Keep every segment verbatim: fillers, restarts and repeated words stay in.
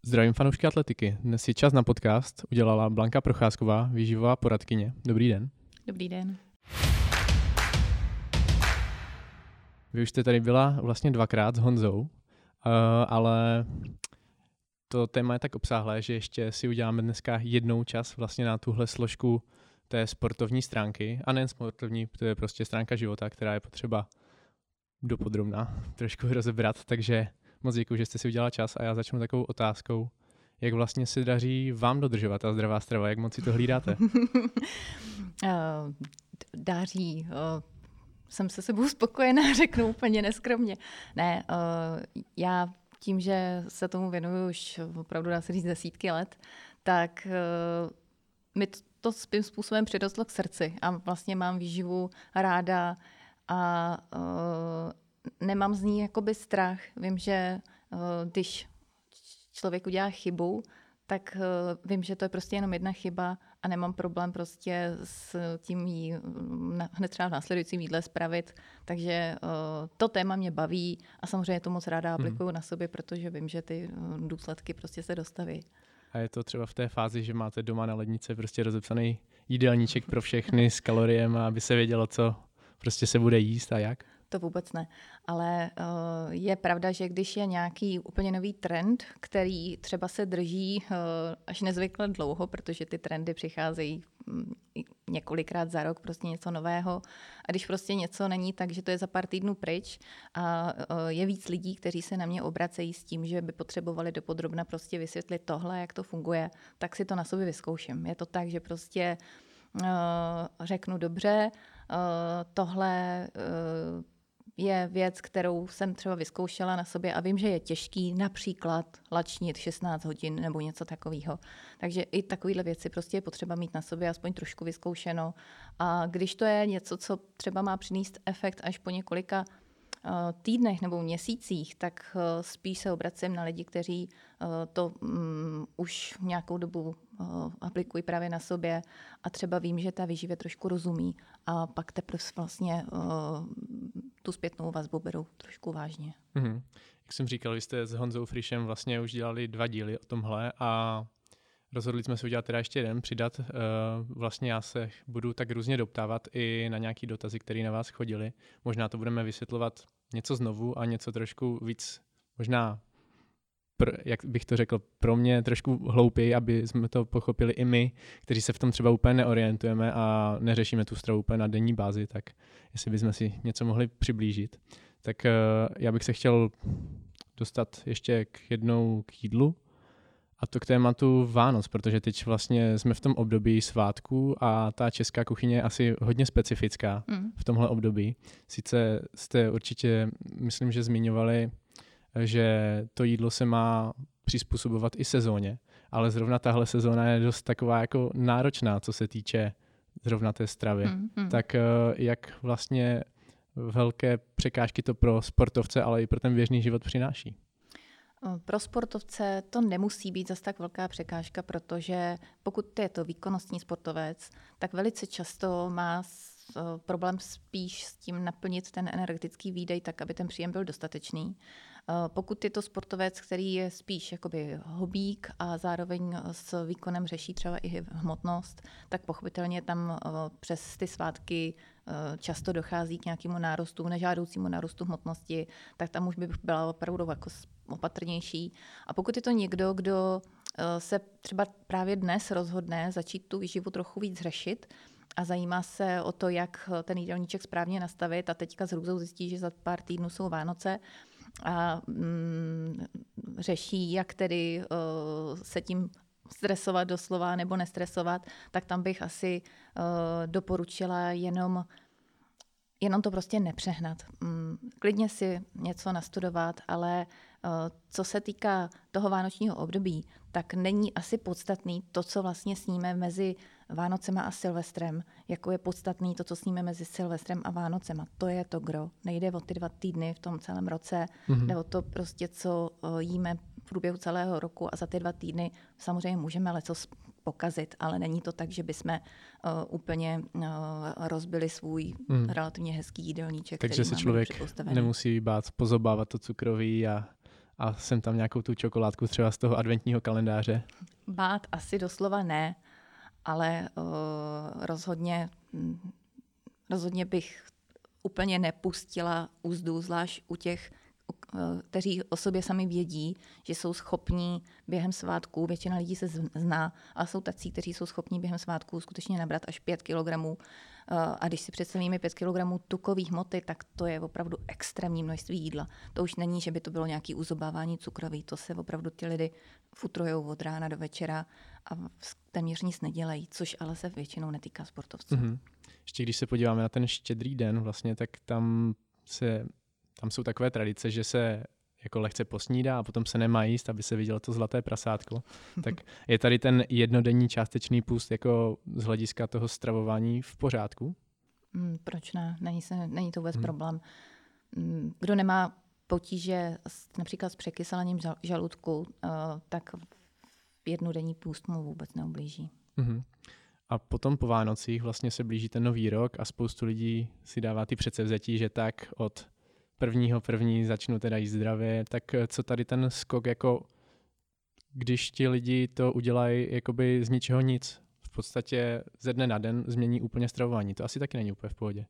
Zdravím fanoušky atletiky. Dnes je čas na podcast. Udělala Blanka Procházková, výživová poradkyně. Dobrý den. Dobrý den. Vy už jste tady byla vlastně dvakrát s Honzou, ale to téma je tak obsáhlé, že ještě si uděláme dneska jednou čas vlastně na tuhle složku té sportovní stránky. A nejen sportovní, to je prostě stránka života, která je potřeba dopodrobná trošku rozebrat. Takže moc děkuji, že jste si udělala čas a já začnu takovou otázkou. Jak vlastně se daří vám dodržovat ta zdravá strava? Jak moc si to hlídáte? Dáří. Jsem se sebou spokojená, řeknu úplně neskromně. Ne, já tím, že se tomu věnuju už opravdu, dá se říct, desítky let, tak mi to svým způsobem přirostlo k srdci a vlastně mám výživu ráda a nemám z ní jakoby strach. Vím, že když člověk udělá chybu, tak vím, že to je prostě jenom jedna chyba a nemám problém prostě s tím jí hned třeba v následujícím jídle spravit. Takže to téma mě baví a samozřejmě to moc ráda aplikuju hmm. na sobě, protože vím, že ty důsledky prostě se dostaví. A je to třeba v té fázi, že máte doma na lednici prostě rozepsaný jídelníček pro všechny s kaloriem, aby se vědělo, co prostě se bude jíst a jak? To vůbec ne, ale uh, je pravda, že když je nějaký úplně nový trend, který třeba se drží uh, až nezvykle dlouho, protože ty trendy přicházejí um, několikrát za rok, prostě něco nového. A když prostě něco není tak, že to je za pár týdnů pryč a uh, je víc lidí, kteří se na mě obracejí s tím, že by potřebovali dopodrobna prostě vysvětlit tohle, jak to funguje, tak si to na sobě vyzkouším. Je to tak, že prostě uh, řeknu dobře, uh, tohle uh, je věc, kterou jsem třeba vyzkoušela na sobě a vím, že je těžký například lačnit šestnáct hodin nebo něco takového. Takže i takovéhle věci prostě je potřeba mít na sobě aspoň trošku vyzkoušeno. A když to je něco, co třeba má přinést efekt až po několika uh, týdnech nebo měsících, tak uh, spíš se obracím na lidi, kteří uh, to um, už nějakou dobu uh, aplikují právě na sobě a třeba vím, že ta výživě trošku rozumí a pak teprve vlastně uh, tu zpětnou vazbu berou trošku vážně. Mm-hmm. Jak jsem říkal, vy jste s Honzou Frišem vlastně už dělali dva díly o tomhle a rozhodli jsme se udělat teda ještě jeden, přidat. Vlastně já se budu tak různě doptávat i na nějaký dotazy, které na vás chodili. Možná to budeme vysvětlovat něco znovu a něco trošku víc, možná, pr, jak bych to řekl, pro mě trošku hloupěji, aby jsme to pochopili i my, kteří se v tom třeba úplně neorientujeme a neřešíme tu stravu úplně na denní bázi, tak jestli bychom si něco mohli přiblížit. Tak já bych se chtěl dostat ještě k jednou k jídlu, a to k tématu Vánoc, protože teď vlastně jsme v tom období svátků a ta česká kuchyně je asi hodně specifická mm. v tomhle období. Sice jste určitě, myslím, že zmiňovali, že to jídlo se má přizpůsobovat i sezóně, ale zrovna tahle sezóna je dost taková jako náročná, co se týče zrovna té stravy. Mm, mm. Tak jak vlastně velké překážky to pro sportovce, ale i pro ten běžný život přináší? Pro sportovce to nemusí být zas tak velká překážka, protože pokud je to výkonnostní sportovec, tak velice často má problém spíš s tím naplnit ten energetický výdej tak, aby ten příjem byl dostatečný. Pokud je to sportovec, který je spíš jakoby hobík a zároveň s výkonem řeší třeba i hmotnost, tak pochopitelně tam přes ty svátky často dochází k nějakému nárůstu, nežádoucímu nárůstu hmotnosti, tak tam už by byla opravdu jako opatrnější. A pokud je to někdo, kdo se třeba právě dnes rozhodne začít tu výživu trochu víc řešit a zajímá se o to, jak ten jídelníček správně nastavit a teďka s hrůzou zjistí, že za pár týdnů jsou Vánoce a mm, řeší, jak tedy uh, se tím stresovat doslova nebo nestresovat, tak tam bych asi uh, doporučila jenom Jenom to prostě nepřehnat. Klidně si něco nastudovat, ale co se týká toho vánočního období, tak není asi podstatný to, co vlastně sníme mezi Vánocema a Silvestrem, jako je podstatný to, co sníme mezi Silvestrem a Vánocema. To je to gro. Nejde o ty dva týdny v tom celém roce, mm-hmm. jde o to prostě, co jíme v průběhu celého roku a za ty dva týdny samozřejmě můžeme lecos pokazit, ale není to tak, že bychom uh, úplně uh, rozbili svůj mm. relativně hezký jídelníček. Takže se člověk nemusí bát pozobávat to cukroví a, a jsem tam nějakou tu čokoládku třeba z toho adventního kalendáře? Bát asi doslova ne, ale uh, rozhodně, rozhodně bych úplně nepustila úzdu, zvlášť u těch, kteří o sobě sami vědí, že jsou schopní během svátků, většina lidí se zná, ale jsou tací, kteří jsou schopní během svátků skutečně nabrat až pět kilogramů. A když si představíme pět kilogramů tukové hmoty, tak to je opravdu extrémní množství jídla. To už není, že by to bylo nějaké uzobávání cukroví, to se opravdu ti lidi futrujou od rána do večera a téměř nic nedělají, což ale se většinou netýká sportovců. Mm-hmm. Ještě když se podíváme na ten štědrý den, vlastně, tak tam se Tam jsou takové tradice, že se jako lehce posnídá a potom se nemá jíst, aby se vidělo to zlaté prasátko. Tak je tady ten jednodenní částečný půst jako z hlediska toho stravování v pořádku? Hmm, proč ne? Není, se, není to vůbec hmm. problém. Kdo nemá potíže s, například s překyselením žaludku, uh, tak jednodenní půst mu vůbec neublíží. Hmm. A potom po Vánocích vlastně se blíží ten nový rok a spoustu lidí si dává ty předsevzetí, že tak od prvního první začnu teda jíst zdravě, tak co tady ten skok, jako když ti lidi to udělají jakoby z ničeho nic, v podstatě ze dne na den změní úplně stravování, to asi taky není úplně v pohodě.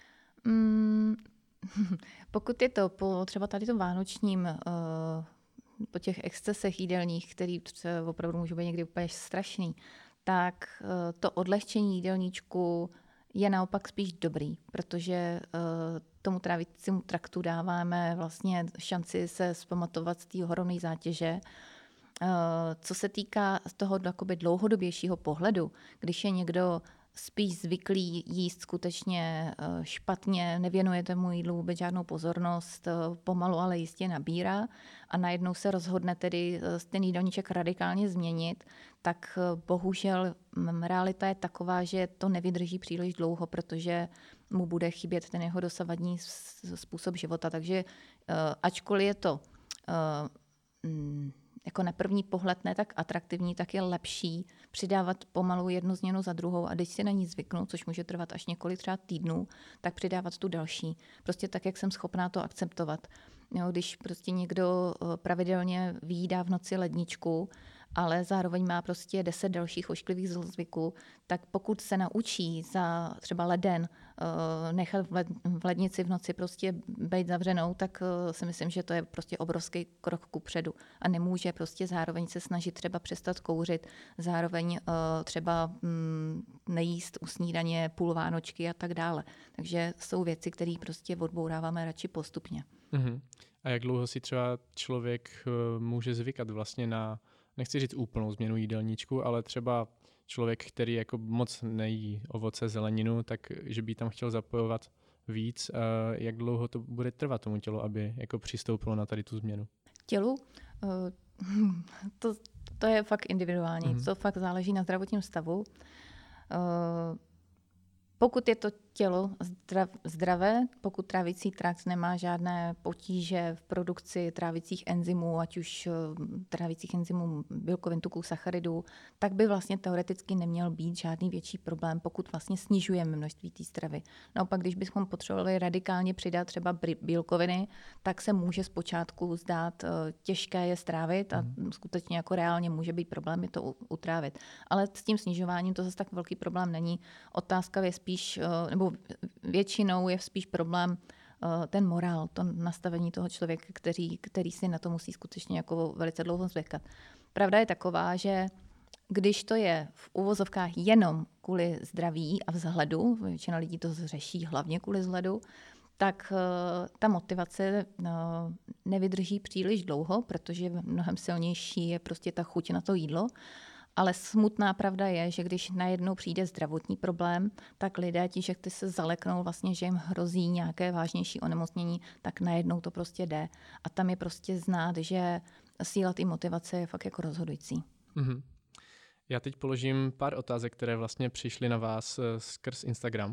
Mm, pokud je to po třeba tady tom vánočním, uh, po těch excesech jídelních, který třeba opravdu můžou být někdy úplně strašný, tak uh, to odlehčení jídelníčku je naopak spíš dobrý, protože uh, tomu trávicímu traktu dáváme vlastně šanci se zpamatovat z té ohromné zátěže. Uh, co se týká toho jakoby dlouhodobějšího pohledu, když je někdo spíš zvyklý jíst skutečně uh, špatně, nevěnuje tomu jídlu vůbec žádnou pozornost, uh, pomalu ale jistě nabírá a najednou se rozhodne tedy uh, ten jídelníček radikálně změnit, tak uh, bohužel m, realita je taková, že to nevydrží příliš dlouho, protože mu bude chybět ten jeho dosavadní způsob života. Takže uh, ačkoliv je to uh, mm, jako na první pohled ne tak atraktivní, tak je lepší přidávat pomalu jednu změnu za druhou a když si na ní zvyknu, což může trvat až několik třeba týdnů, tak přidávat tu další. Prostě tak, jak jsem schopná to akceptovat. Jo, když prostě někdo pravidelně vyjídá v noci ledničku, ale zároveň má prostě deset dalších ošklivých zlozvyků, tak pokud se naučí za třeba leden uh, nechat v lednici v noci prostě být zavřenou, tak uh, si myslím, že to je prostě obrovský krok kupředu. A nemůže prostě zároveň se snažit třeba přestat kouřit, zároveň uh, třeba um, nejíst u snídaně půl vánočky a tak dále. Takže jsou věci, které prostě odbouráváme radši postupně. Uh-huh. A jak dlouho si třeba člověk uh, může zvykat vlastně na, nechci říct úplnou změnu jídelníčku, ale třeba člověk, který jako moc nejí ovoce, zeleninu, tak že by tam chtěl zapojovat víc, uh, jak dlouho to bude trvat tomu tělu, aby jako přistoupilo na tady tu změnu? Tělu? Uh, to, to je fakt individuální. Uh-huh. To fakt záleží na zdravotním stavu. Uh, Pokud je to tělo zdravé, pokud trávicí trakt nemá žádné potíže v produkci trávicích enzymů, ať už trávicích enzymů bílkovin, tuků, sacharidů, tak by vlastně teoreticky neměl být žádný větší problém, pokud vlastně snižujeme množství té stravy. Naopak, když bychom potřebovali radikálně přidat třeba bílkoviny, tak se může zpočátku zdát těžké je strávit a mm. skutečně jako reálně může být problém je to utrávit. Ale s tím snižováním to zase tak velký problém není. Otázka je spíš, nebo většinou je spíš problém ten morál, to nastavení toho člověka, který, který si na to musí skutečně jako velice dlouho zvykat. Pravda je taková, že když to je v uvozovkách jenom kvůli zdraví a vzhledu, většina lidí to řeší hlavně kvůli vzhledu, tak ta motivace nevydrží příliš dlouho, protože mnohem silnější je prostě ta chuť na to jídlo. Ale smutná pravda je, že když najednou přijde zdravotní problém, tak lidé ti, že ty se zaleknou vlastně, že jim hrozí nějaké vážnější onemocnění, tak najednou to prostě jde. A tam je prostě znát, že síla té motivace je fakt jako rozhodující. Mm-hmm. Já teď položím pár otázek, které vlastně přišly na vás skrz Instagram. Uh,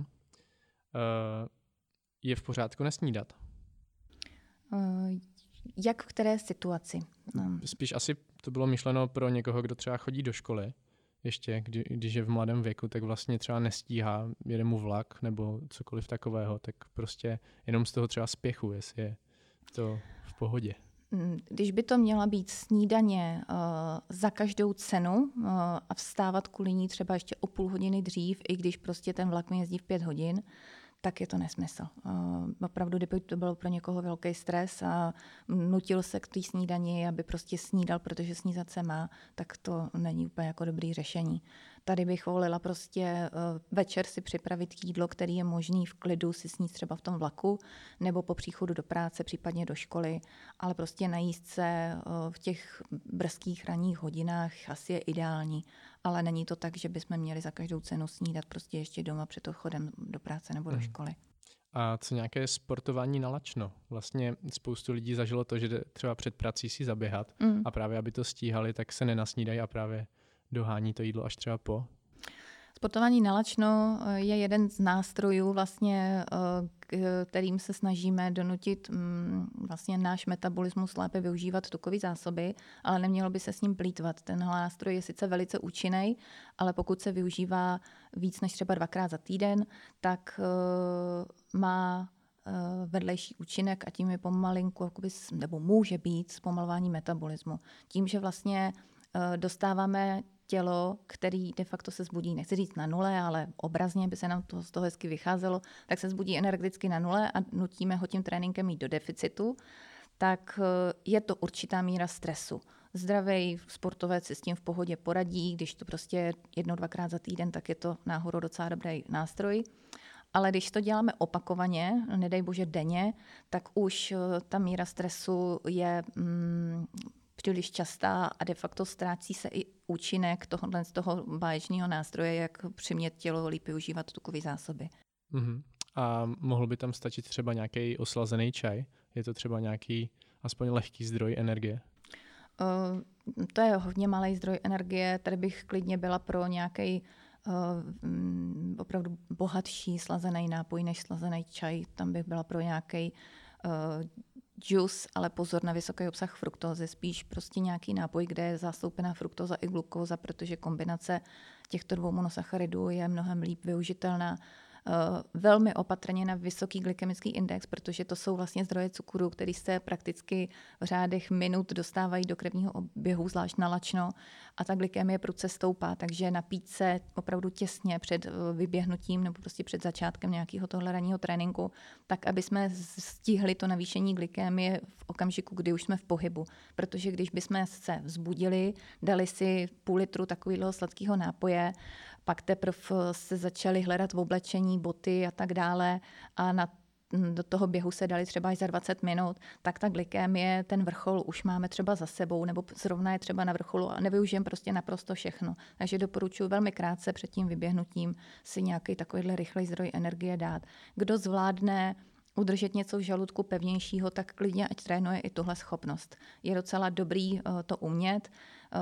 je v pořádku nesnídat? Uh, jak v které situaci? No. Spíš asi to bylo myšleno pro někoho, kdo třeba chodí do školy, ještě kdy, když je v mladém věku, tak vlastně třeba nestíhá, jede mu vlak nebo cokoliv takového, tak prostě jenom z toho třeba spěchu, jestli je to v pohodě. Když by to měla být snídaně uh, za každou cenu uh, a vstávat kvůli ní třeba ještě o půl hodiny dřív, i když prostě ten vlak mi jezdí v pět hodin, tak je to nesmysl. Uh, opravdu, kdyby to bylo pro někoho velký stres a nutil se k té snídani, aby prostě snídal, protože snídat se má, tak to není úplně jako dobrý řešení. Tady bych volila prostě uh, večer si připravit jídlo, který je možný v klidu si sníst třeba v tom vlaku nebo po příchodu do práce, případně do školy, ale prostě najíst se uh, v těch brzkých ranních hodinách asi je ideální, ale není to tak, že bychom měli za každou cenu snídat prostě ještě doma před odchodem do práce nebo do školy. A co nějaké sportování na lačno? Vlastně spoustu lidí zažilo to, že jde třeba před prací si zaběhat mm. a právě aby to stíhali, tak se nenasnídají a právě dohání to jídlo až třeba po. Sportování na lačno je jeden z nástrojů, vlastně, kterým se snažíme donutit vlastně náš metabolismus lépe využívat tukové zásoby, ale nemělo by se s ním plýtvat. Tenhle nástroj je sice velice účinný, ale pokud se využívá víc než třeba dvakrát za týden, tak má vedlejší účinek a tím je pomalinku, jakoby, nebo může být zpomalování metabolismu. Tím, že vlastně dostáváme tělo, který de facto se zbudí, nechci říct na nule, ale obrazně by se nám to z toho hezky vycházelo, tak se zbudí energeticky na nule a nutíme ho tím tréninkem jít do deficitu, tak je to určitá míra stresu. Zdravý sportovec si s tím v pohodě poradí, když to prostě jednou, dvakrát za týden, tak je to náhodou docela dobrý nástroj. Ale když to děláme opakovaně, nedej bože denně, tak už ta míra stresu je mm, příliš častá a de facto ztrácí se i účinek tohohle z toho báječného nástroje, jak přimět tělo líp využívat tukové zásoby. Uh-huh. A mohl by tam stačit třeba nějaký oslazený čaj? Je to třeba nějaký aspoň lehký zdroj energie? Uh, to je hodně malý zdroj energie. Tady bych klidně byla pro nějaký uh, opravdu bohatší slazený nápoj než slazený čaj. Tam bych byla pro nějaký uh, džus, ale pozor na vysoký obsah fruktózy, spíš prostě nějaký nápoj, kde je zastoupená fruktóza i glukóza, protože kombinace těchto dvou monosacharidů je mnohem líp využitelná. Velmi opatrně na vysoký glykemický index, protože to jsou vlastně zdroje cukru, které se prakticky v řádech minut dostávají do krevního oběhu, zvlášť na lačno, a ta glykemie prudce stoupá, takže napít se opravdu těsně před vyběhnutím nebo prostě před začátkem nějakého tohle ranního tréninku, tak aby jsme stihli to navýšení glykemie v okamžiku, kdy už jsme v pohybu. Protože když bychom se vzbudili, dali si půl litru takového sladkého nápoje, pak teprve se začali hledat v oblečení, boty a tak dále a na, do toho běhu se dali třeba až za dvacet minut, tak ta glykemie, ten vrchol už máme třeba za sebou, nebo zrovna je třeba na vrcholu a nevyužijeme prostě naprosto všechno. Takže doporučuji velmi krátce před tím vyběhnutím si nějaký takovýhle rychlej zdroj energie dát. Kdo zvládne udržet něco v žaludku pevnějšího, tak klidně ať trénuje i tuhle schopnost. Je docela dobrý uh, to umět, uh,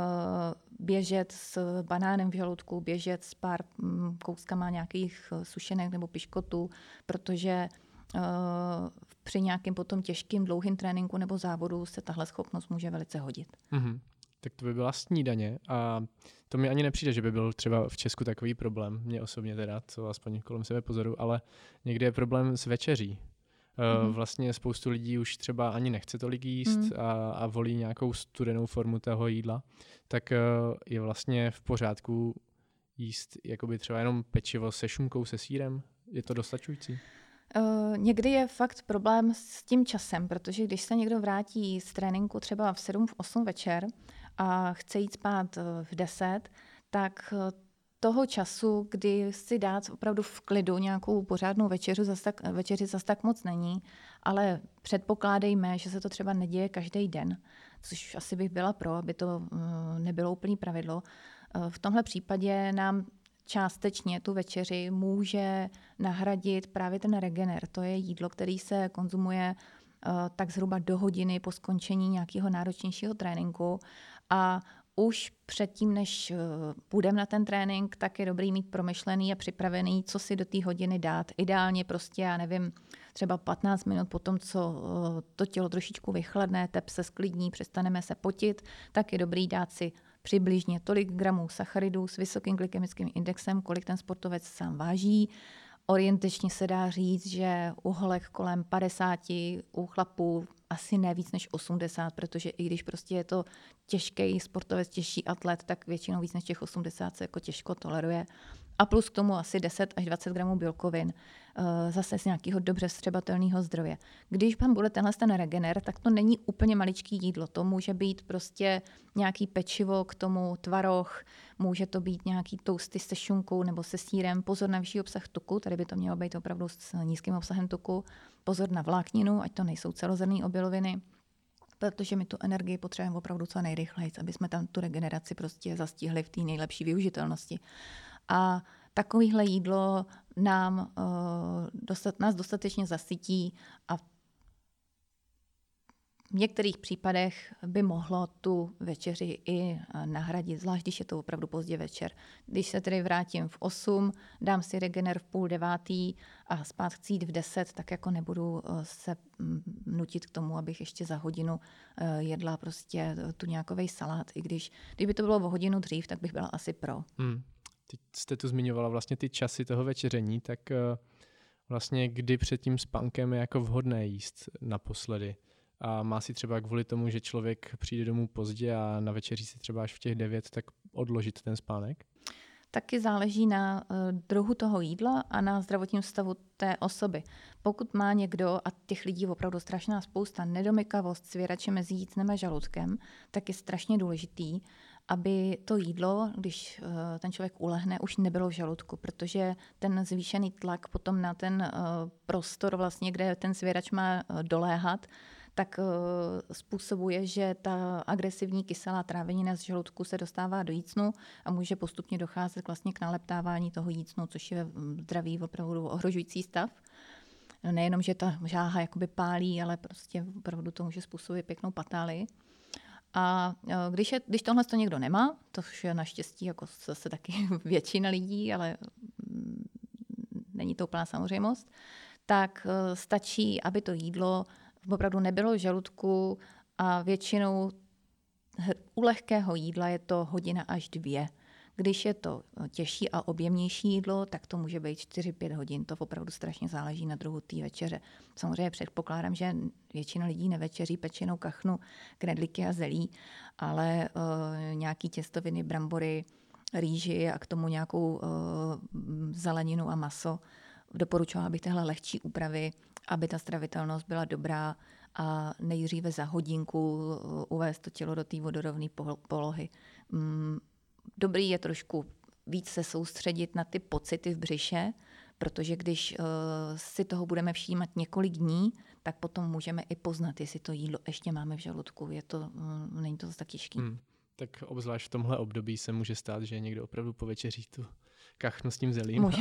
běžet s banánem v žaludku, běžet s pár um, kouskama nějakých uh, sušenek nebo piškotů, protože uh, při nějakým potom těžkým dlouhým tréninku nebo závodu se tahle schopnost může velice hodit. Mm-hmm. Tak to by byla snídaně a to mi ani nepřijde, že by byl třeba v Česku takový problém, mně osobně teda, co aspoň kolem sebe pozoru, ale někdy je problém s večeří. Mm. Vlastně spoustu lidí už třeba ani nechce tolik jíst mm. a, a volí nějakou studenou formu toho jídla, tak je vlastně v pořádku jíst jakoby třeba jenom pečivo se šunkou, se sýrem? Je to dostačující? Uh, někdy je fakt problém s tím časem, protože když se někdo vrátí z tréninku třeba v sedm, v osm večer a chce jít spát v deset, tak toho času, kdy si dát opravdu v klidu nějakou pořádnou večeři, zas tak, večeři zas tak moc není, ale předpokládejme, že se to třeba neděje každý den, což asi bych byla pro, aby to nebylo úplný pravidlo. V tomhle případě nám částečně tu večeři může nahradit právě ten regener. To je jídlo, které se konzumuje tak zhruba do hodiny po skončení nějakého náročnějšího tréninku a už předtím, než půjdeme na ten trénink, tak je dobrý mít promyšlený a připravený, co si do té hodiny dát. Ideálně prostě, já nevím, třeba patnáct minut po tom, co to tělo trošičku vychladne, tep se sklidní, přestaneme se potit, tak je dobrý dát si přibližně tolik gramů sacharidů s vysokým glykemickým indexem, kolik ten sportovec sám váží. Orientačně se dá říct, že u holek kolem padesát, u chlapů asi ne víc než osmdesát, protože i když prostě je to těžký sportovec, těžší atlet, tak většinou víc než těch osmdesát se jako těžko toleruje. A plus k tomu asi deset až dvacet gramů bílkovin, zase z nějakého dobře vstřebatelného zdroje. Když vám bude tenhle ten regener, tak to není úplně maličký jídlo. To může být prostě nějaký pečivo, k tomu tvaroh, může to být nějaký toasty se šunkou nebo se sýrem. Pozor na vyšší obsah tuku, tady by to mělo být opravdu s nízkým obsahem tuku. Pozor na vlákninu, ať to nejsou celozrnné obiloviny, protože my tu energii potřebujeme opravdu co nejrychleji, aby jsme tam tu regeneraci prostě zastihli v té nejlepší využitelnosti. A takovéhle jídlo nám, uh, dostat, nás dostatečně zasytí a v některých případech by mohlo tu večeři i nahradit, zvlášť když je to opravdu pozdě večer. Když se tedy vrátím v osm, dám si regener v půl devátý a spát chci jít v deset, tak jako nebudu se nutit k tomu, abych ještě za hodinu jedla prostě tu nějakovej salát, i když kdyby to bylo o hodinu dřív, tak bych byla asi pro. Hmm. Teď jste tu zmiňovala vlastně ty časy toho večeření, tak vlastně kdy před tím spánkem je jako vhodné jíst naposledy? A má si třeba kvůli tomu, že člověk přijde domů pozdě a na večeří si třeba až v těch devět, tak odložit ten spánek? Taky záleží na uh, druhu toho jídla a na zdravotním stavu té osoby. Pokud má někdo, a těch lidí opravdu strašná spousta, nedomykavost, svěrače mezi jícnem a žaludkem, tak je strašně důležitý, aby to jídlo, když uh, ten člověk ulehne, už nebylo v žaludku, protože ten zvýšený tlak potom na ten uh, prostor, vlastně, kde ten svěrač má uh, doléhat, tak uh, způsobuje, že ta agresivní kyselá trávenina z žaludku se dostává do jícnu a může postupně docházet vlastně k naleptávání toho jícnu, což je zdravý opravdu ohrožující stav. Nejenom, že ta žáha jakoby pálí, ale prostě opravdu to může způsobit pěknou patálii. A když, je, když tohle to někdo nemá, to je naštěstí jako zase taky většina lidí, ale není to úplná samozřejmost, tak stačí, aby to jídlo opravdu nebylo v žaludku a většinou u lehkého jídla je to hodina až dvě. Když je to těžší a objemnější jídlo, tak to může být čtyři pět hodin. To opravdu strašně záleží na druhu té večeře. Samozřejmě předpokládám, že většina lidí nevečeří pečenou kachnu, knedlíky a zelí, ale uh, nějaký těstoviny, brambory, rýži a k tomu nějakou uh, zeleninu a maso. Doporučovala bych tyhle lehčí úpravy, aby ta stravitelnost byla dobrá a nejdříve za hodinku uvést to tělo do té vodorovné polohy. Dobrý je trošku víc se soustředit na ty pocity v břiše, protože když si toho budeme všímat několik dní, tak potom můžeme i poznat, jestli to jídlo ještě máme v žaludku. Je to, není to zase tak těžký. Hmm. Tak obzvlášť v tomhle období se může stát, že někdo opravdu povečeří tu kachnu s tím zelím. Může.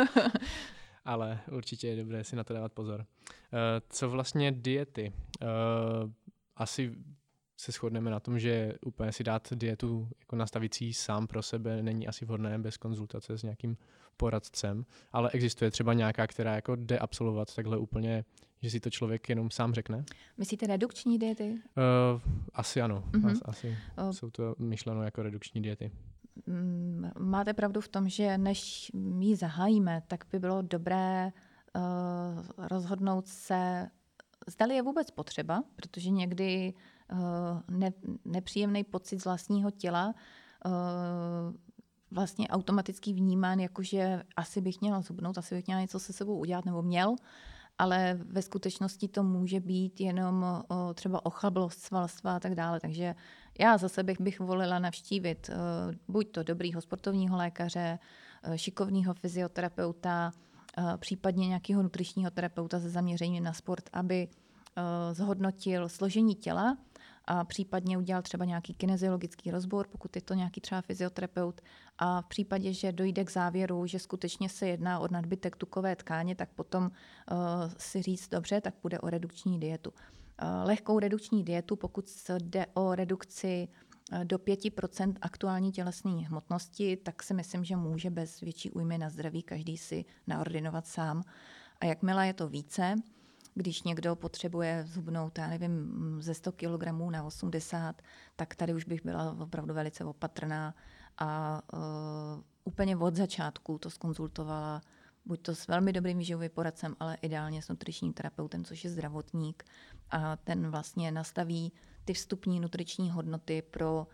Ale určitě je dobré si na to dávat pozor. Uh, co vlastně diety? Uh, asi se shodneme na tom, že úplně si dát dietu jako nastavící sám pro sebe není asi vhodné bez konzultace s nějakým poradcem, ale existuje třeba nějaká, která jako jde absolvovat takhle úplně, že si to člověk jenom sám řekne? Myslíte redukční diety? Uh, asi ano. Mm-hmm. Asi uh. jsou to myšleno jako redukční diety. Máte pravdu v tom, že než ji zahájíme, tak by bylo dobré uh, rozhodnout se, zdali je vůbec potřeba, protože někdy uh, ne, nepříjemný pocit z vlastního těla uh, vlastně automaticky vnímán, jakože asi bych měla zhubnout, asi bych měla něco se sebou udělat, nebo měl, ale ve skutečnosti to může být jenom o, třeba ochablost svalstva a tak dále. Takže já za sebe bych volila navštívit uh, buď to dobrýho sportovního lékaře, uh, šikovného fyzioterapeuta, uh, případně nějakého nutričního terapeuta se zaměřením na sport, aby uh, zhodnotil složení těla a případně udělal třeba nějaký kineziologický rozbor, pokud je to nějaký třeba fyzioterapeut. A v případě, že dojde k závěru, že skutečně se jedná o nadbytek tukové tkáně, tak potom uh, si říct dobře, tak půjde o redukční dietu. Uh, lehkou redukční dietu, pokud jde o redukci uh, do pět procent aktuální tělesné hmotnosti, tak si myslím, že může bez větší újmy na zdraví každý si naordinovat sám. A jakmile je to více, když někdo potřebuje zhubnout, já nevím, ze sto kilogramů na osmdesát, tak tady už bych byla opravdu velice opatrná a uh, úplně od začátku to zkonzultovala buď to s velmi dobrým výživovým poradcem, ale ideálně s nutričním terapeutem, což je zdravotník, a ten vlastně nastaví ty vstupní nutriční hodnoty pro,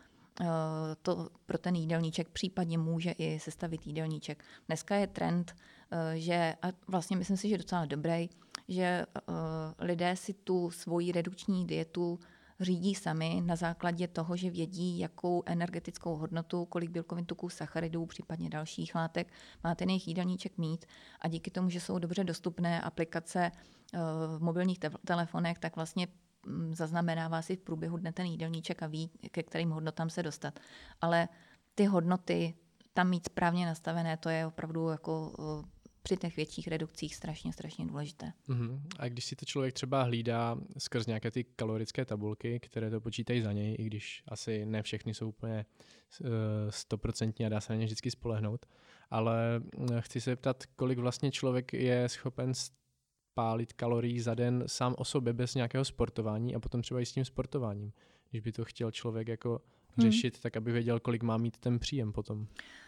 to, pro ten jídelníček, případně může i sestavit jídelníček. Dneska je trend, že, a vlastně myslím si, že docela dobrý, že lidé si tu svoji redukční dietu řídí sami na základě toho, že vědí, jakou energetickou hodnotu, kolik bílkovin, tuků, sacharidů, případně dalších látek má ten jejich jídelníček mít. A díky tomu, že jsou dobře dostupné aplikace v mobilních te- telefonech, tak vlastně zaznamenává si v průběhu dne ten jídelníček a ví, ke kterým hodnotám se dostat. Ale ty hodnoty tam mít správně nastavené, to je opravdu jako při těch větších redukcích strašně, strašně důležité. Uh-huh. A když si to člověk třeba hlídá skrz nějaké ty kalorické tabulky, které to počítají za něj, i když asi ne všechny jsou úplně stoprocentní a dá se na ně vždycky spolehnout, ale chci se ptat, kolik vlastně člověk je schopen spálit kalorií za den sám o sobě bez nějakého sportování a potom třeba i s tím sportováním. Když by to chtěl člověk jako řešit, hmm. tak aby věděl, kolik má mít ten příjem potom.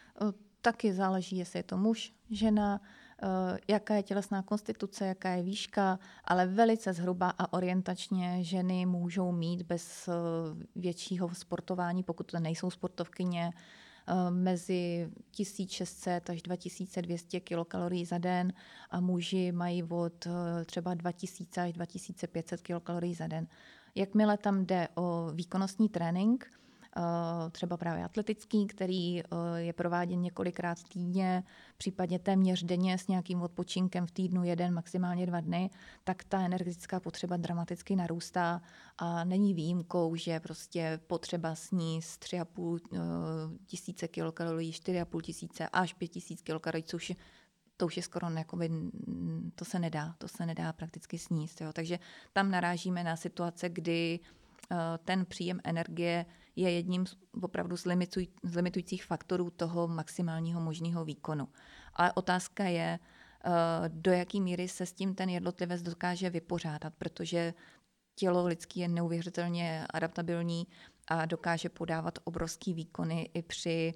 Taky záleží, jestli je to muž, žena, jaká je tělesná konstituce, jaká je výška, ale velice zhruba a orientačně ženy můžou mít bez většího sportování, pokud to nejsou sportovkyně, mezi tisíc šest set až dva tisíce dvě stě kilokalorií za den a muži mají od třeba dva tisíce až dva tisíce pět set kilokalorií za den. Jakmile tam jde o výkonnostní trénink, třeba právě atletický, který je prováděn několikrát týdně, případně téměř denně s nějakým odpočinkem v týdnu jeden, maximálně dva dny, tak ta energetická potřeba dramaticky narůstá a není výjimkou, že prostě potřeba sníst tři a půl tisíce kilokalorií, čtyři a půl tisíce až pět tisíc kilokalorií, což to už je skoro jakoby, to se nedá, to se nedá prakticky sníst. Jo. Takže tam narážíme na situace, kdy ten příjem energie je jedním z opravdu z, limituj, z limitujících faktorů toho maximálního možného výkonu. Ale otázka je, do jaké míry se s tím ten jednotlivec dokáže vypořádat, protože tělo lidské je neuvěřitelně adaptabilní a dokáže podávat obrovský výkony i při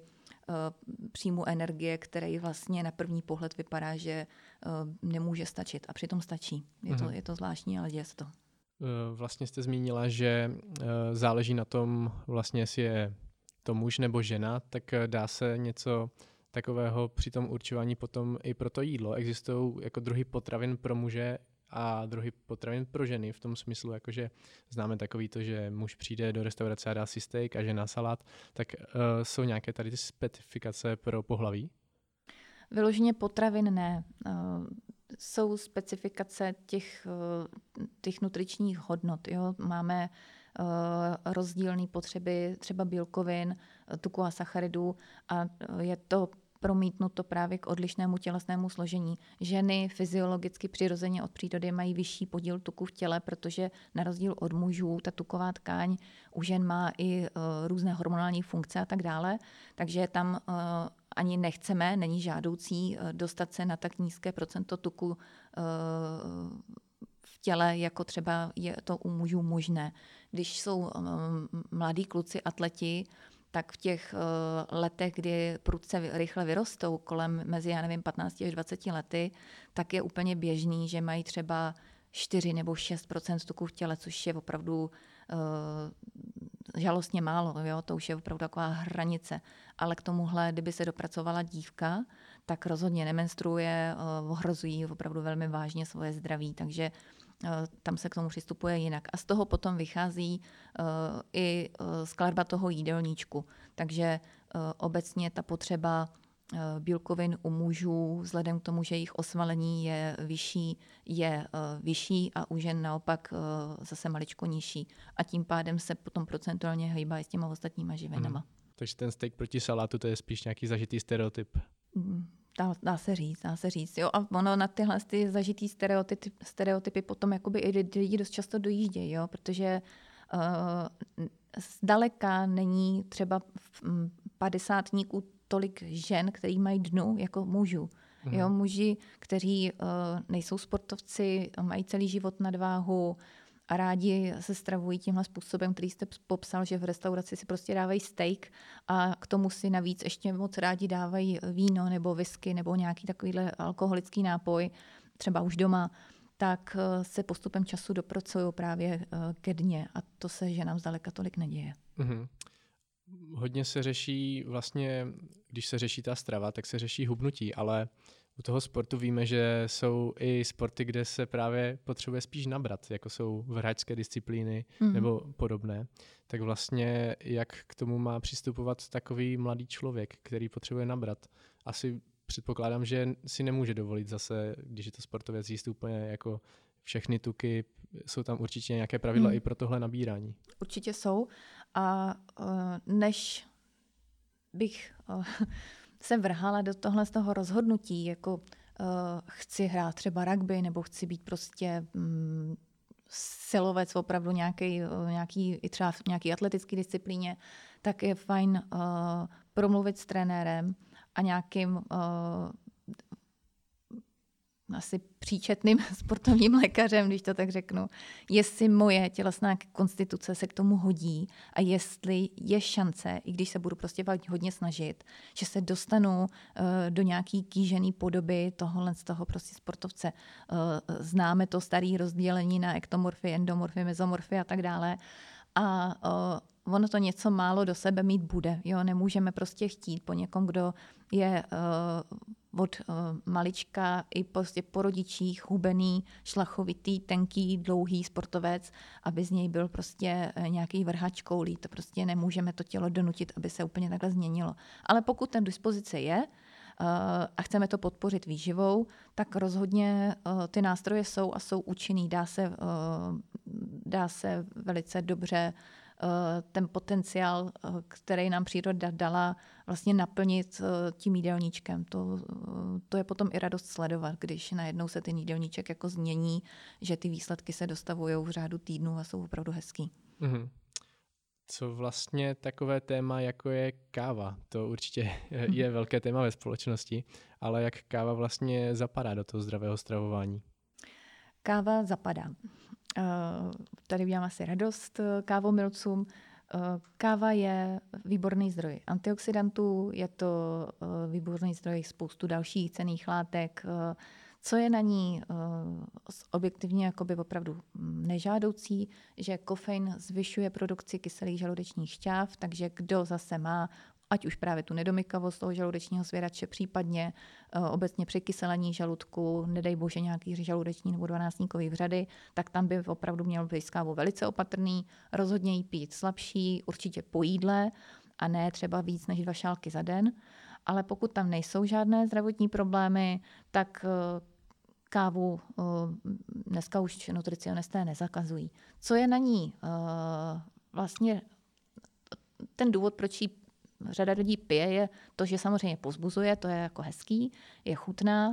příjmu energie, který vlastně na první pohled vypadá, že nemůže stačit. A přitom stačí. Je to, je to zvláštní, ale děje se to. Vlastně jste zmínila, že záleží na tom, vlastně jestli je to muž nebo žena, tak dá se něco takového při tom určování potom i pro to jídlo. Existují jako druhy potravin pro muže a druhy potravin pro ženy v tom smyslu, jakože známe takový to, že muž přijde do restaurace a dá si steak a žena salát, tak uh, jsou nějaké tady ty specifikace pro pohlaví? Vyloženě potravin ne. Uh, jsou specifikace těch, uh, těch nutričních hodnot. Jo? Máme uh, rozdílné potřeby třeba bílkovin, tuku a sacharidů a je to promítnuto právě k odlišnému tělesnému složení. Ženy fyziologicky přirozeně od přírody mají vyšší podíl tuku v těle, protože na rozdíl od mužů ta tuková tkáň u žen má i uh, různé hormonální funkce a tak dále, takže tam uh, ani nechceme, není žádoucí uh, dostat se na tak nízké procento tuku uh, v těle, jako třeba je to u mužů možné. Když jsou um, mladí kluci, atleti, tak v těch uh, letech, kdy prudce rychle vyrostou, kolem mezi, já nevím, patnáct až dvacet lety, tak je úplně běžný, že mají třeba čtyři nebo šest procent tuku v těle, což je opravdu uh, žalostně málo. Jo? To už je opravdu taková hranice. Ale k tomuhle, kdyby se dopracovala dívka, tak rozhodně nemenstruuje, uh, ohrozují opravdu velmi vážně svoje zdraví. Takže tam se k tomu přistupuje jinak. A z toho potom vychází uh, i uh, skladba toho jídelníčku. Takže uh, obecně ta potřeba uh, bílkovin u mužů, vzhledem k tomu, že jejich osvalení je vyšší, je uh, vyšší a u žen naopak uh, zase maličko nižší. A tím pádem se potom procentuálně hýbá i s těma ostatníma živinama. Hmm. Takže ten steak proti salátu, to je spíš nějaký zažitý stereotyp. Hmm. Dá, dá se říct, dá se říct. Jo? A ono na tyhle ty zažitý stereotypy, stereotypy potom jakoby i lidi dost často dojíždějí, jo? Protože uh, zdaleka není třeba v um, padesátníků tolik žen, který mají dnu jako mužů. Mhm. Jo? Muži, kteří uh, nejsou sportovci, mají celý život nadváhu a rádi se stravují tímhle způsobem, který jste popsal, že v restauraci si prostě dávají steak a k tomu si navíc ještě moc rádi dávají víno nebo whisky nebo nějaký takovýhle alkoholický nápoj, třeba už doma, tak se postupem času dopracují právě ke dně a to se ženám zdaleka tolik neděje. Mm-hmm. Hodně se řeší vlastně, když se řeší ta strava, tak se řeší hubnutí, ale u toho sportu víme, že jsou i sporty, kde se právě potřebuje spíš nabrat, jako jsou vrhačské disciplíny mm. nebo podobné. Tak vlastně jak k tomu má přistupovat takový mladý člověk, který potřebuje nabrat? Asi předpokládám, že si nemůže dovolit zase, když je to sportovec, jíst úplně jako všechny tuky. Jsou tam určitě nějaké pravidla mm. i pro tohle nabírání. Určitě jsou a uh, než bych... Uh, se vrhala do tohle z toho rozhodnutí, jako uh, chci hrát třeba rugby nebo chci být prostě um, silovec opravdu nějaký, uh, nějaký, i třeba v nějaký atletické disciplíně, tak je fajn uh, promluvit s trenérem a nějakým uh, asi příčetným sportovním lékařem, když to tak řeknu, jestli moje tělesná konstituce se k tomu hodí a jestli je šance, i když se budu prostě hodně snažit, že se dostanu uh, do nějaký kýžený podoby tohohle z toho prostě sportovce. Uh, známe to staré rozdělení na ektomorfy, endomorfy, mezomorfy a tak dále. A uh, ono to něco málo do sebe mít bude. Jo? Nemůžeme prostě chtít po někom, kdo je uh, od uh, malička i prostě po rodičích hubený, šlachovitý, tenký, dlouhý sportovec, aby z něj byl prostě uh, nějaký vrhač koulí. To prostě nemůžeme to tělo donutit, aby se úplně takhle změnilo. Ale pokud ten dispozice je uh, a chceme to podpořit výživou, tak rozhodně uh, ty nástroje jsou a jsou účinný. Dá se, uh, dá se velice dobře ten potenciál, který nám příroda dala, vlastně naplnit tím jídelníčkem. To, to je potom i radost sledovat, když najednou se ten jídelníček jako změní, že ty výsledky se dostavují v řádu týdnů a jsou opravdu hezký. Mm-hmm. Co vlastně takové téma, jako je káva? To určitě je velké téma ve společnosti, ale jak káva vlastně zapadá do toho zdravého stravování? Káva zapadá. Tady udělám asi radost kávomilcům. Káva je výborný zdroj antioxidantů, je to výborný zdroj spoustu dalších cenných látek. Co je na ní objektivně jakoby opravdu nežádoucí, že kofein zvyšuje produkci kyselých žaludečních šťáv, takže kdo zase má ať už právě tu nedomykavost toho žaludečního svěrače, případně uh, obecně překyselení žaludku, nedej bože nějaký žaludeční nebo dvanáctníkový vřady, tak tam by opravdu měl být s kávou velice opatrný, rozhodně jí pít slabší, určitě po jídle a ne třeba víc než dva šálky za den. Ale pokud tam nejsou žádné zdravotní problémy, tak uh, kávu uh, dneska už nutricionisté nezakazují. Co je na ní uh, vlastně ten důvod, proč jí řada lidí pije, je to, že samozřejmě pozbuzuje, to je jako hezký, je chutná,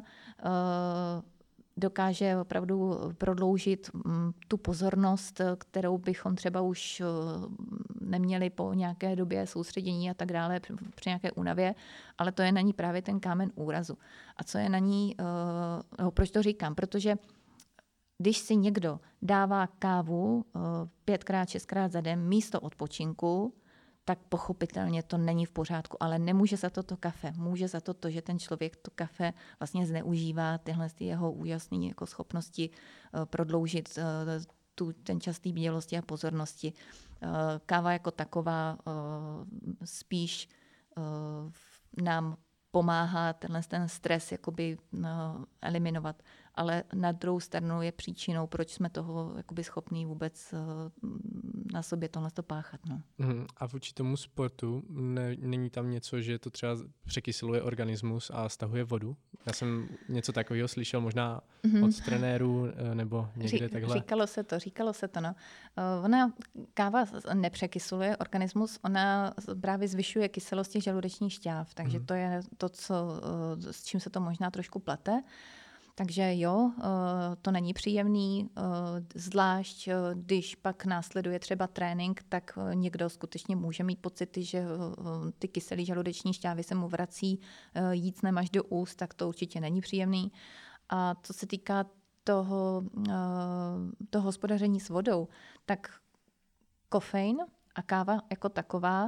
dokáže opravdu prodloužit tu pozornost, kterou bychom třeba už neměli po nějaké době soustředění a tak dále, při nějaké únavě, ale to je na ní právě ten kámen úrazu. A co je na ní, no, proč to říkám? Protože když si někdo dává kávu pětkrát, šestkrát za den místo odpočinku, tak pochopitelně to není v pořádku, ale nemůže za to to kafe. Může za to to, že ten člověk to kafe vlastně zneužívá, tyhle ty jeho úžasné jako schopnosti prodloužit tu, ten čas té bdělosti a pozornosti. Káva jako taková spíš nám pomáhá tenhle ten stres jakoby eliminovat. Ale na druhou stranu je příčinou, proč jsme toho jakoby schopní vůbec na sobě tohle páchat. No. Mm, a vůči tomu sportu ne, není tam něco, že to třeba překyseluje organismus a stahuje vodu? Já jsem něco takového slyšel možná mm-hmm. od trenérů nebo někde Ří, takhle. Říkalo se to, říkalo se to. No. Ona, káva nepřekyseluje organismus, ona právě zvyšuje kyselost těch žaludečních šťáv, takže mm. to je to, co, s čím se to možná trošku plete. Takže jo, to není příjemný, zvlášť když pak následuje třeba trénink, tak někdo skutečně může mít pocity, že ty kyselé žaludeční šťávy se mu vrací jícnem až do úst, tak to určitě není příjemný. A co se týká toho, toho hospodaření s vodou, tak kofein a káva jako taková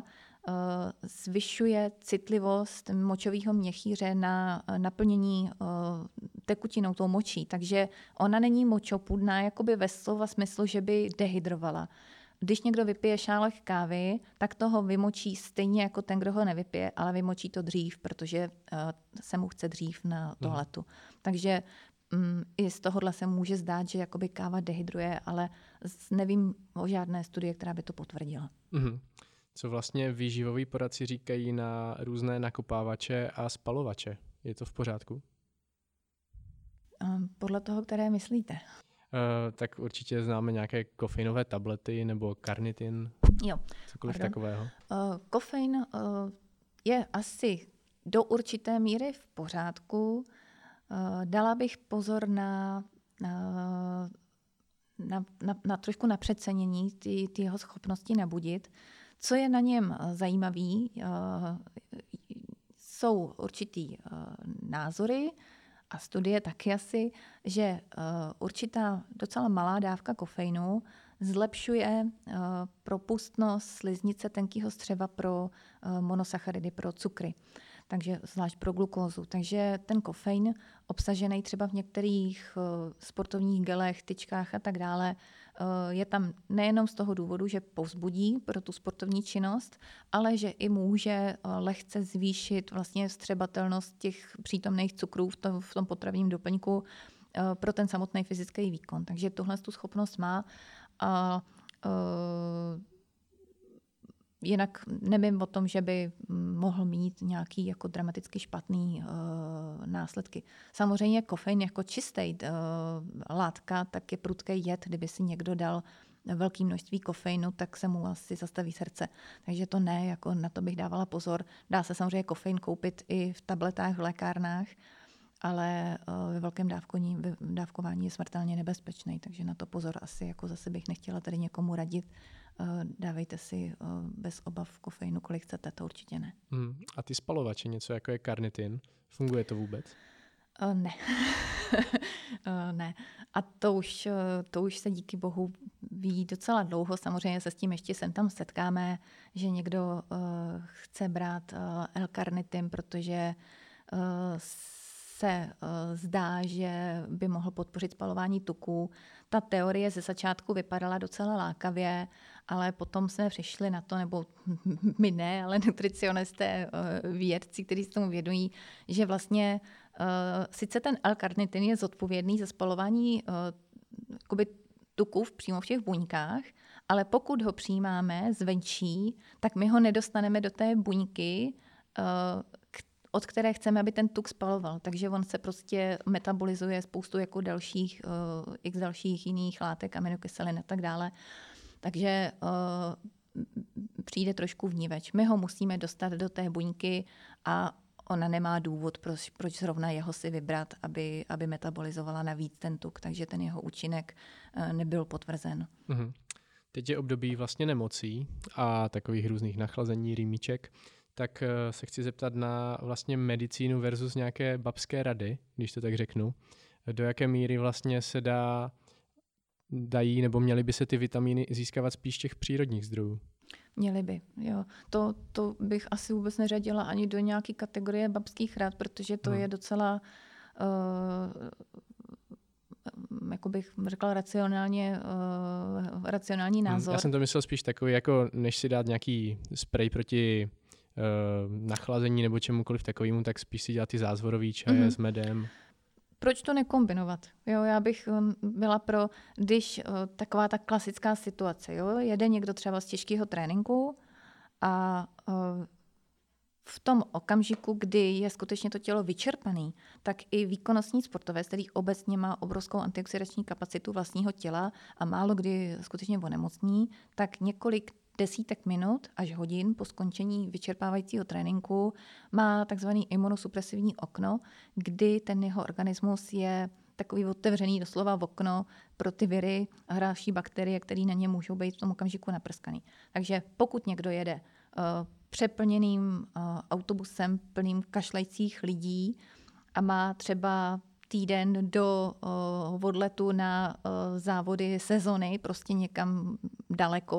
zvyšuje citlivost močového měchýře na naplnění tekutinou, tou močí, takže ona není močopudná jakoby ve slova smyslu, že by dehydrovala. Když někdo vypije šálek kávy, tak toho vymočí stejně jako ten, kdo ho nevypije, ale vymočí to dřív, protože uh, se mu chce dřív na tohletu. Hmm. Takže um, i z tohohle se může zdát, že jakoby káva dehydruje, ale nevím o žádné studie, která by to potvrdila. Hmm. Co vlastně výživoví poradci říkají na různé nakopávače a spalovače? Je to v pořádku? Um, podle toho, které myslíte. Uh, tak určitě známe nějaké kofeinové tablety nebo karnitin, jo. cokoliv Pardon. takového. Uh, kofein uh, je asi do určité míry v pořádku. Uh, dala bych pozor na, na, na, na, na trošku na přecenění ty, ty jeho schopnosti nabudit. Co je na něm zajímavý, uh, jsou určitý uh, názory, a studie taky asi, že uh, určitá docela malá dávka kofeinu zlepšuje uh, propustnost sliznice tenkého střeva pro uh, monosacharidy, pro cukry, takže zvlášť pro glukózu. Takže ten kofein obsažený třeba v některých uh, sportovních gelech, tyčkách a tak dále, uh, je tam nejenom z toho důvodu, že povzbudí pro tu sportovní činnost, ale že i může uh, lehce zvýšit vlastně vstřebatelnost těch přítomných cukrů v tom, v tom potravním doplňku uh, pro ten samotný fyzický výkon. Takže tohle tu schopnost má. A uh, jinak nevím o tom, že by mohl mít nějaký jako dramaticky špatný uh, následky. Samozřejmě kofein jako čistý uh, látka, tak je prudký jed. Kdyby si někdo dal velké množství kofeinu, tak se mu asi zastaví srdce. Takže to ne, jako na to bych dávala pozor. Dá se samozřejmě kofein koupit i v tabletách v lékárnách, ale uh, ve velkém dávkování, dávkování je smrtelně nebezpečný, takže na to pozor asi jako zase bych nechtěla tady někomu radit. Uh, dávejte si uh, bez obav kofeinu, kolik chcete, to určitě ne. Hmm. A ty spalovače, něco jako je karnitin, funguje to vůbec? Uh, ne. uh, ne. A to už, uh, to už se díky bohu ví docela dlouho. Samozřejmě se s tím ještě sem tam setkáme, že někdo uh, chce brát uh, L-karnitin, protože uh, se uh, zdá, že by mohl podpořit spalování tuků. Ta teorie ze začátku vypadala docela lákavě, ale potom jsme přišli na to, nebo my ne, ale nutricionisté, uh, vědci, kteří se tomu věnují, že vlastně uh, sice ten L-karnitin je zodpovědný za spalování uh, tuků přímo v těch buňkách, ale pokud ho přijímáme zvenčí, tak my ho nedostaneme do té buňky, uh, od které chceme, aby ten tuk spaloval. Takže on se prostě metabolizuje spoustu jako dalších, uh, x dalších jiných látek, aminokyselin a tak dále. Takže uh, přijde trošku vníveč. My ho musíme dostat do té buňky a ona nemá důvod, proč, proč zrovna jeho si vybrat, aby, aby metabolizovala navíc ten tuk. Takže ten jeho účinek uh, nebyl potvrzen. Mhm. Teď je období vlastně nemocí a takových různých nachlazení, rýmíček. Tak se chci zeptat na vlastně medicínu versus nějaké babské rady, když to tak řeknu. Do jaké míry vlastně se dá, dají nebo měly by se ty vitamíny získávat spíš těch přírodních zdrojů? Měly by, jo. To, to bych asi vůbec neřadila ani do nějaké kategorie babských rad, protože to hmm. je docela, uh, jako bych řekla, racionálně, uh, racionální názor. Hmm. Já jsem to myslel spíš takový, jako než si dát nějaký sprej proti nachlazení nebo čemukoliv takovému, tak spíš si dělat ty zázvorový čaje mm-hmm. s medem. Proč to nekombinovat? Jo, já bych byla pro, když taková ta klasická situace, jo, jede někdo třeba z těžkého tréninku a v tom okamžiku, kdy je skutečně to tělo vyčerpané, tak i výkonnostní sportovec, který obecně má obrovskou antioxidační kapacitu vlastního těla a málo kdy skutečně onemocní, tak několik desítek minut až hodin po skončení vyčerpávajícího tréninku má takzvaný imunosupresivní okno, kdy ten jeho organismus je takový otevřený doslova v okno pro ty viry a další bakterie, které na ně můžou být v tom okamžiku naprskaný. Takže pokud někdo jede uh, přeplněným uh, autobusem plným kašlajících lidí a má třeba týden do uh, odletu na uh, závody sezony, prostě někam daleko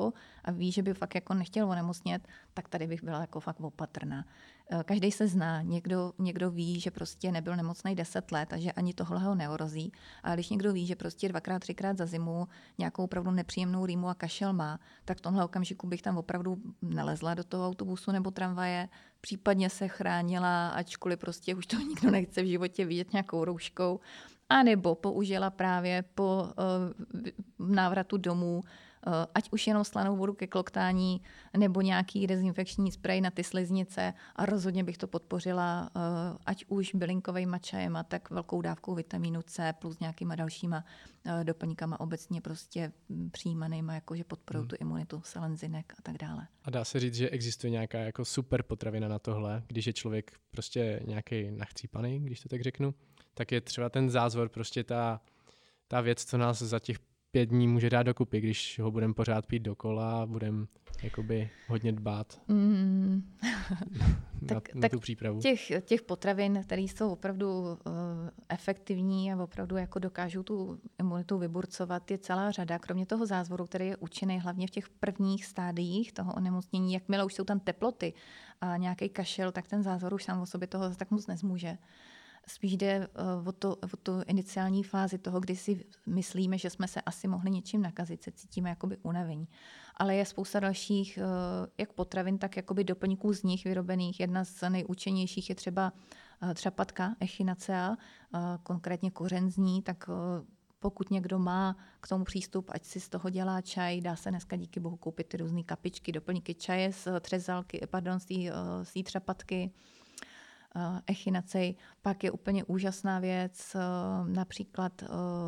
a ví, že by fakt jako nechtěl onemocnět, tak tady bych byla jako fakt opatrná. Každý se zná, někdo, někdo ví, že prostě nebyl nemocný deset let a že ani tohle ho neorozí. A když někdo ví, že prostě dvakrát, třikrát za zimu nějakou opravdu nepříjemnou rýmu a kašel má, tak v tomhle okamžiku bych tam opravdu nelezla do toho autobusu nebo tramvaje, případně se chránila, ačkoliv prostě už to nikdo nechce v životě vidět nějakou rouškou, anebo použila právě po uh, návratu domů ať už jenom slanou vodu ke kloktání nebo nějaký dezinfekční sprej na ty sliznice a rozhodně bych to podpořila, ať už bylinkovejma čajema, tak velkou dávkou vitamínu C plus nějakýma dalšíma doplňkama obecně prostě přijímanýma, jakože podporují hmm. tu imunitu, selenzinek a tak dále. A dá se říct, že existuje nějaká jako super potravina na tohle, když je člověk prostě nějaký nachcípaný, když to tak řeknu, tak je třeba ten zázvor, prostě ta, ta věc, co nás za těch pět dní může dát dokupy, když ho budeme pořád pít dokola, budeme jakoby hodně dbát mm. na, tak, na tak tu přípravu. Těch, těch potravin, které jsou opravdu uh, efektivní a opravdu jako dokážou tu imunitu vyburcovat, je celá řada. Kromě toho zázvoru, který je účinný hlavně v těch prvních stádiích toho onemocnění, jakmile už jsou tam teploty a nějaký kašel, tak ten zázvor už sám o sobě toho tak moc nezmůže. Spíš jde o, to, o tu iniciální fázi toho, kdy si myslíme, že jsme se asi mohli něčím nakazit, se cítíme jakoby unavení. Ale je spousta dalších, jak potravin, tak jakoby doplňků z nich vyrobených. Jedna z nejúčinnějších je třeba třapatka, echinacea, konkrétně kořen z ní, tak pokud někdo má k tomu přístup, ať si z toho dělá čaj, dá se dneska díky bohu koupit ty různé kapičky, doplňky čaje z třezalky, pardon, z té třapatky, echinacej. Pak je úplně úžasná věc, například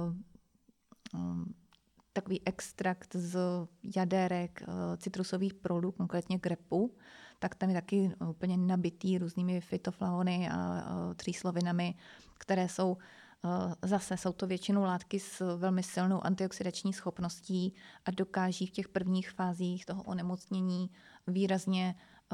takový extrakt z jaderek citrusových plodů, konkrétně grepu, tak tam je taky úplně nabitý různými fytoflavony a tříslovinami, které jsou zase, jsou to většinou látky s velmi silnou antioxidační schopností a dokáží v těch prvních fázích toho onemocnění výrazně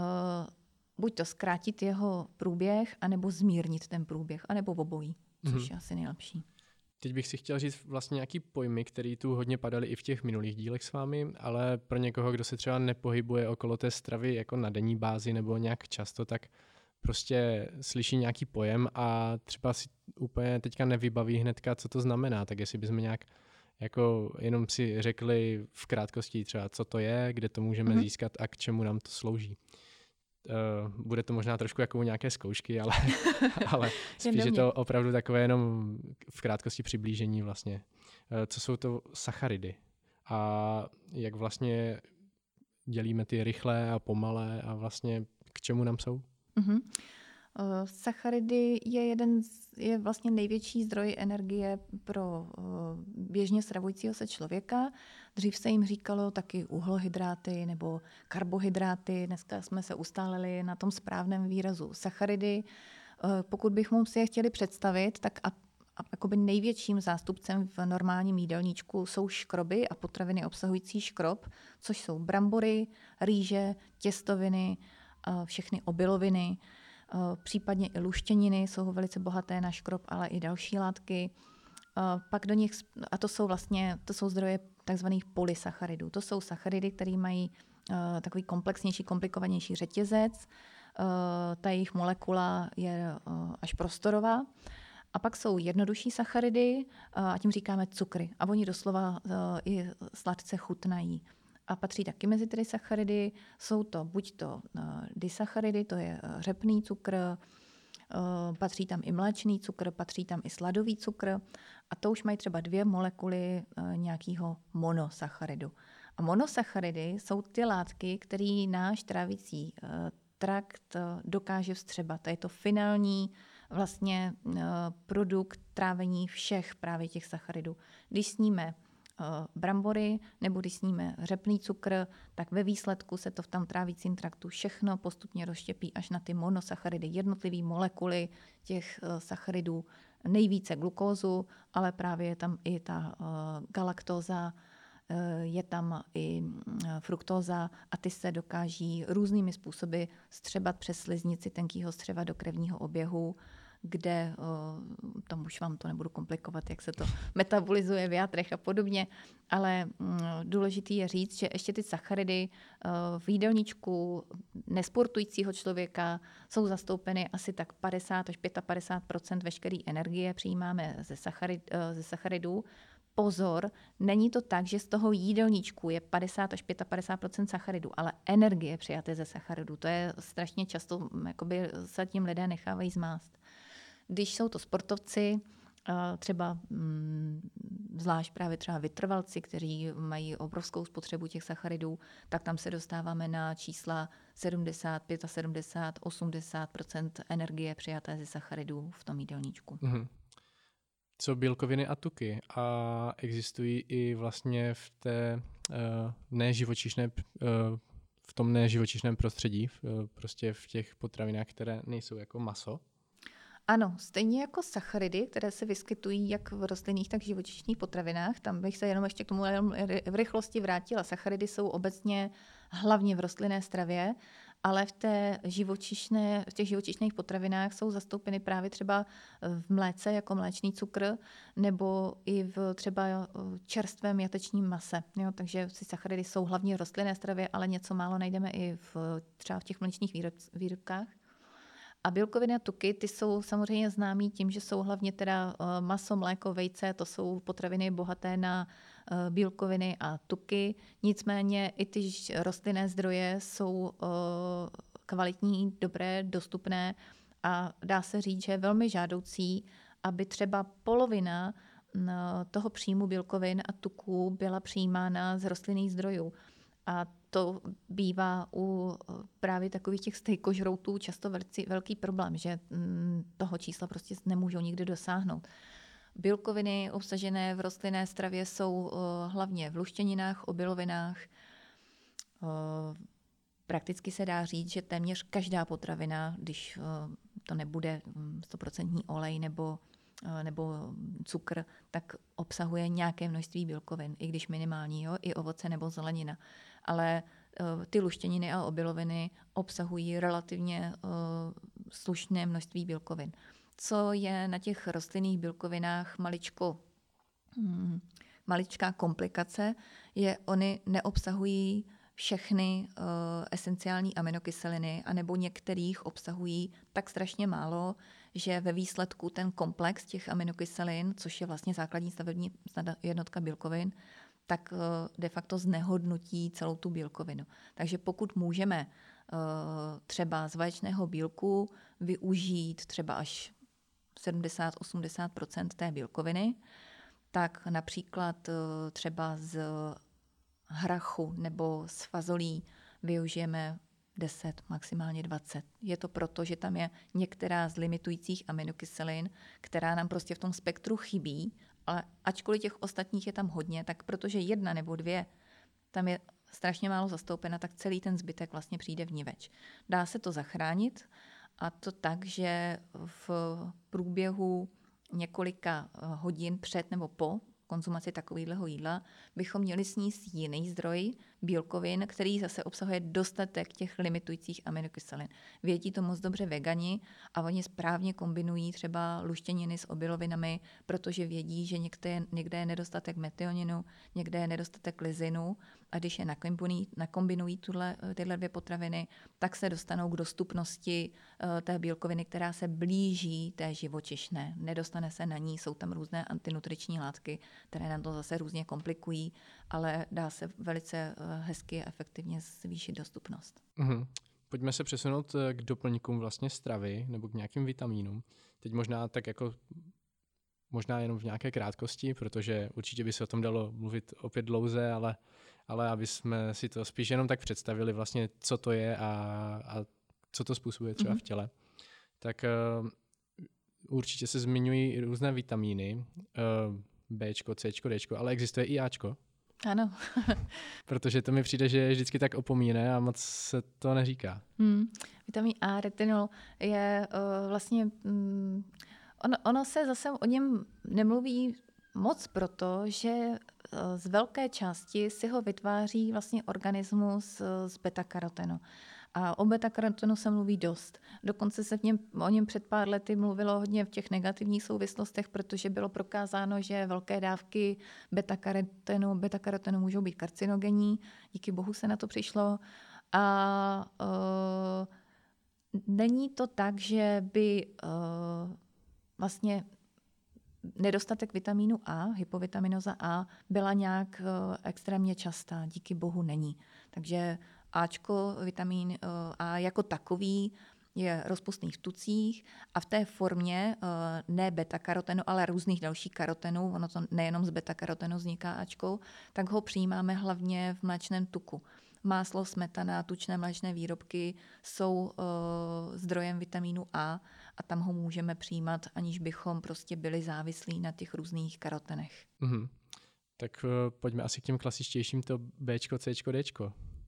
buď to zkrátit jeho průběh, anebo zmírnit ten průběh, anebo obojí, což mm-hmm. je asi nejlepší. Teď bych si chtěl říct vlastně nějaký pojmy, které tu hodně padaly i v těch minulých dílech s vámi, ale pro někoho, kdo se třeba nepohybuje okolo té stravy jako na denní bázi nebo nějak často, tak prostě slyší nějaký pojem a třeba si úplně teďka nevybaví hnedka, co to znamená. Tak jestli bychom nějak jako jenom si řekli v krátkosti třeba, co to je, kde to můžeme mm-hmm. získat a k čemu nám to slouží. Uh, bude to možná trošku jako nějaké zkoušky, ale, ale spíš je to opravdu takové jenom v krátkosti přiblížení vlastně. Uh, co jsou to sacharidy a jak vlastně dělíme ty rychlé a pomalé a vlastně k čemu nám jsou? Uh-huh. Uh, sacharidy je jeden z, je vlastně největší zdroj energie pro uh, běžně stravujícího se člověka. Dřív se jim říkalo taky uhlohydráty nebo karbohydráty. Dneska jsme se ustálili na tom správném výrazu sacharidy. Uh, pokud bychom si je chtěli představit, tak a, a jakoby největším zástupcem v normálním jídelníčku jsou škroby a potraviny obsahující škrob, což jsou brambory, rýže, těstoviny, uh, všechny obiloviny, případně i luštěniny jsou velice bohaté na škrob, ale i další látky. Pak do nich, a to jsou vlastně, to jsou zdroje takzvaných polysacharidů. To jsou sacharidy, které mají takový komplexnější, komplikovanější řetězec. Ta jejich molekula je až prostorová. A pak jsou jednodušší sacharidy, a tím říkáme cukry. A oni doslova i sladce chutnají. A patří taky mezi tedy sacharidy. Jsou to buď to disacharidy, to je řepný cukr, patří tam i mléčný cukr, patří tam i sladový cukr a to už mají třeba dvě molekuly nějakého monosacharidu. A monosacharidy jsou ty látky, které náš trávicí trakt dokáže vstřebat. To je to finální vlastně produkt trávení všech právě těch sacharidů. Když sníme brambory nebo když sníme řepný cukr, tak ve výsledku se to v tam trávicím traktu všechno postupně rozštěpí až na ty monosacharidy, jednotlivé molekuly těch sacharidů, nejvíce glukózu, ale právě je tam i ta galaktóza, je tam i fruktóza a ty se dokáží různými způsoby střebat přes sliznici tenkého střeva do krevního oběhu, kde, tam už vám to nebudu komplikovat, jak se to metabolizuje v játrech a podobně, ale důležitý je říct, že ještě ty sacharidy v jídelníčku nesportujícího člověka jsou zastoupeny asi tak padesát až padesát pět procent veškeré energie přijímáme ze, sacharid, ze sacharidů. Pozor, není to tak, že z toho jídelníčku je padesát až padesát pět procent sacharidů, ale energie přijaté ze sacharidů. To je strašně často, jakoby se tím lidé nechávají zmást. Když jsou to sportovci, třeba zvlášť právě třeba vytrvalci, kteří mají obrovskou spotřebu těch sacharidů, tak tam se dostáváme na čísla sedmdesát pět a sedmdesát, osmdesát procent energie přijaté ze sacharidů v tom jídelníčku. Mm-hmm. Co bílkoviny a tuky? A existují i vlastně v té uh, neživočišné, uh, v tom neživočišném prostředí, uh, prostě v těch potravinách, které nejsou jako maso? Ano, stejně jako sacharidy, které se vyskytují jak v rostlinných, tak v živočišných potravinách. Tam bych se jenom ještě k tomu v rychlosti vrátila. Sacharidy jsou obecně hlavně v rostlinné stravě, ale v, té živočišné, v těch živočišných potravinách jsou zastoupeny právě třeba v mléce jako mléčný cukr nebo i v třeba čerstvém jatečním mase. Jo, takže si sacharidy jsou hlavně v rostlinné stravě, ale něco málo najdeme i v, třeba v těch mléčných výrob, výrobkách. A bílkoviny a tuky, ty jsou samozřejmě známý tím, že jsou hlavně teda maso, mléko, vejce, to jsou potraviny bohaté na bílkoviny a tuky. Nicméně i ty rostlinné zdroje jsou kvalitní, dobré, dostupné a dá se říct, že je velmi žádoucí, aby třeba polovina toho příjmu bílkovin a tuků byla přijímána z rostlinných zdrojů. A to bývá u právě takových těch stejkožroutů často velký, velký problém, že toho čísla prostě nemůžou nikdy dosáhnout. Bílkoviny obsažené v rostlinné stravě jsou hlavně v luštěninách, obilovinách. Prakticky se dá říct, že téměř každá potravina, když to nebude sto procent olej nebo nebo cukr, tak obsahuje nějaké množství bílkovin, i když minimální, jo? I ovoce nebo zelenina. Ale uh, ty luštěniny a obiloviny obsahují relativně uh, slušné množství bílkovin. Co je na těch rostlinných bílkovinách maličko, hmm, maličká komplikace, je, oni neobsahují všechny uh, esenciální aminokyseliny, anebo některých obsahují tak strašně málo, že ve výsledku ten komplex těch aminokyselin, což je vlastně základní stavební jednotka bílkovin, tak uh, de facto znehodnotí celou tu bílkovinu. Takže pokud můžeme uh, třeba z vaječného bílku využít třeba až sedmdesát až osmdesát procent té bílkoviny, tak například uh, třeba z hrachu nebo z fazolí využijeme deset, maximálně dvacet. Je to proto, že tam je některá z limitujících aminokyselin, která nám prostě v tom spektru chybí, ale ačkoliv těch ostatních je tam hodně, tak protože jedna nebo dvě tam je strašně málo zastoupena, tak celý ten zbytek vlastně přijde vniveč. Dá se to zachránit a to tak, že v průběhu několika hodin před nebo po konzumaci takového jídla bychom měli sníst jiný zdroj bílkovin, který zase obsahuje dostatek těch limitujících aminokyselin. Vědí to moc dobře vegani a oni správně kombinují třeba luštěniny s obilovinami, protože vědí, že někde, někde je nedostatek metioninu, někde je nedostatek lizinu a když je nakombinují, nakombinují tuhle, tyhle dvě potraviny, tak se dostanou k dostupnosti uh, té bílkoviny, která se blíží té živočišné. Nedostane se na ní, jsou tam různé antinutriční látky, které nám to zase různě komplikují, ale dá se velice hezky a efektivně zvýšit dostupnost. Mm-hmm. Pojďme se přesunout k doplňkům vlastně stravy nebo k nějakým vitamínům. Teď možná tak jako možná jenom v nějaké krátkosti, protože určitě by se o tom dalo mluvit opět dlouze, ale, ale aby jsme si to spíš jenom tak představili vlastně, co to je a, a co to způsobuje třeba mm-hmm. v těle. Tak uh, určitě se zmiňují různé vitamíny, uh, Bčko, Cčko, Dčko, ale existuje i Ačko. Ano. Protože to mi přijde, že je vždycky tak opomíne a moc se to neříká. Hmm. Vitamin A, retinol je uh, vlastně... Um, ono, ono se zase o něm nemluví moc proto, že uh, z velké části si ho vytváří vlastně organismus uh, z beta-karotenu. A o beta-karotenu se mluví dost. Dokonce se v něm, o něm před pár lety mluvilo hodně v těch negativních souvislostech, protože bylo prokázáno, že velké dávky beta-karotenu, beta-karotenu můžou být karcinogenní. Díky bohu se na to přišlo. A uh, není to tak, že by uh, vlastně nedostatek vitamínu A, hypovitaminoza A, byla nějak uh, extrémně častá. Díky bohu není. Takže Ačko, vitamin uh, A jako takový je rozpustný v tucích a v té formě uh, ne beta-karotenu, ale různých dalších karotenů, ono to nejenom z beta-karotenu vzniká Ačko, tak ho přijímáme hlavně v mléčném tuku. Máslo, smetana, tučné mléčné výrobky jsou uh, zdrojem vitamínu A a tam ho můžeme přijímat, aniž bychom prostě byli závislí na těch různých karotenech. Mm-hmm. Tak uh, pojďme asi k těm klasičtějším, to Bčko, Cčko, Dčko.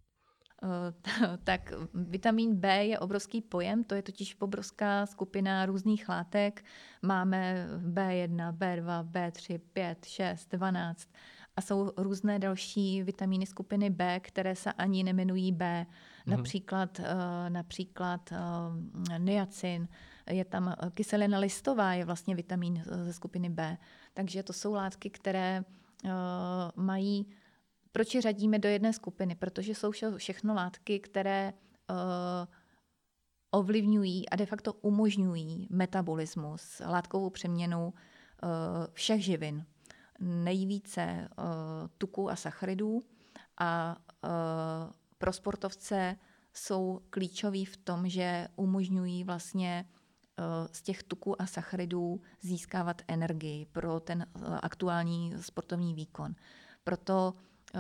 Uh, tak vitamin B je obrovský pojem, to je totiž obrovská skupina různých látek. Máme bé jedna, bé dva, bé tři, pět, šest, dvanáct a jsou různé další vitamíny skupiny B, které se ani nemenují B. Mm-hmm. Například, uh, například uh, niacin, je tam kyselina listová, je vlastně vitamin ze skupiny B. Takže to jsou látky, které uh, mají. Proč je řadíme do jedné skupiny? Protože jsou všechno látky, které uh, ovlivňují a de facto umožňují metabolismus, látkovou přeměnu uh, všech živin. Nejvíce uh, tuků a sacharidů a uh, pro sportovce jsou klíčoví v tom, že umožňují vlastně uh, z těch tuků a sacharidů získávat energii pro ten uh, aktuální sportovní výkon. Proto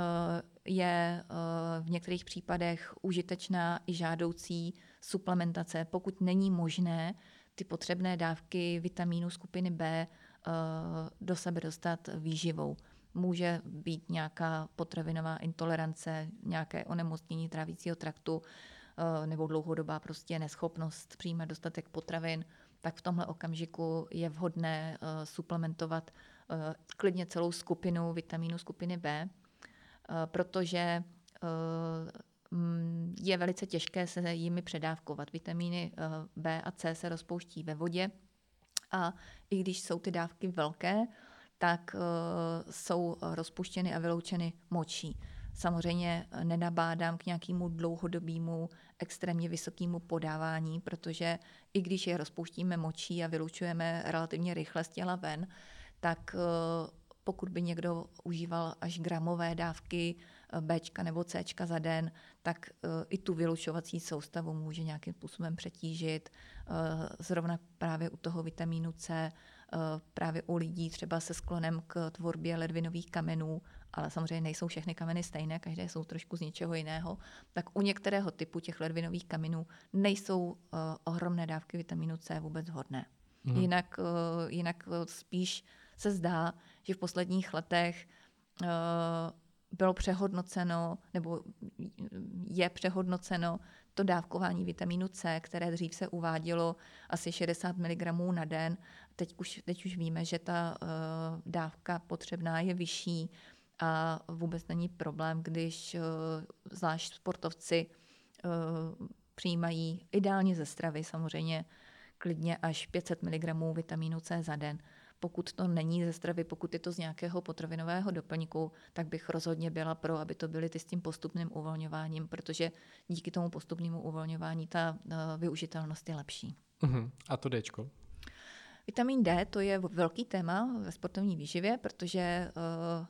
je v některých případech užitečná i žádoucí suplementace, pokud není možné ty potřebné dávky vitamínu skupiny B do sebe dostat výživou. Může být nějaká potravinová intolerance, nějaké onemocnění trávicího traktu nebo dlouhodobá prostě neschopnost přijímat dostatek potravin, tak v tomhle okamžiku je vhodné suplementovat klidně celou skupinu vitamínu skupiny B, protože je velice těžké se jimi předávkovat. Vitamíny B a C se rozpouští ve vodě a i když jsou ty dávky velké, tak jsou rozpuštěny a vyloučeny močí. Samozřejmě nenabádám k nějakému dlouhodobému, extrémně vysokému podávání, protože i když je rozpouštíme močí a vylučujeme relativně rychle z těla ven, tak pokud by někdo užíval až gramové dávky Bčka nebo Cčka za den, tak i tu vylučovací soustavu může nějakým způsobem přetížit. Zrovna právě u toho vitamínu C, právě u lidí třeba se sklonem k tvorbě ledvinových kamenů, ale samozřejmě nejsou všechny kameny stejné, každé jsou trošku z něčeho jiného, tak u některého typu těch ledvinových kamenů nejsou ohromné dávky vitamínu C vůbec vhodné. Hmm. Jinak, jinak spíš se zdá, že v posledních letech uh, bylo přehodnoceno, nebo je přehodnoceno to dávkování vitamínu C, které dřív se uvádělo asi šedesát miligramů na den. Teď už, teď už víme, že ta uh, dávka potřebná je vyšší a vůbec není problém, když uh, zvlášť sportovci uh, přijímají ideálně ze stravy, samozřejmě klidně až pět set miligramů vitamínu C za den. Pokud to není ze stravy, pokud je to z nějakého potravinového doplňku, tak bych rozhodně byla pro, aby to byly ty s tím postupným uvolňováním, protože díky tomu postupnému uvolňování ta uh, využitelnost je lepší. Uh-huh. A to Dčko? Vitamin D, to je velký téma ve sportovní výživě, protože uh,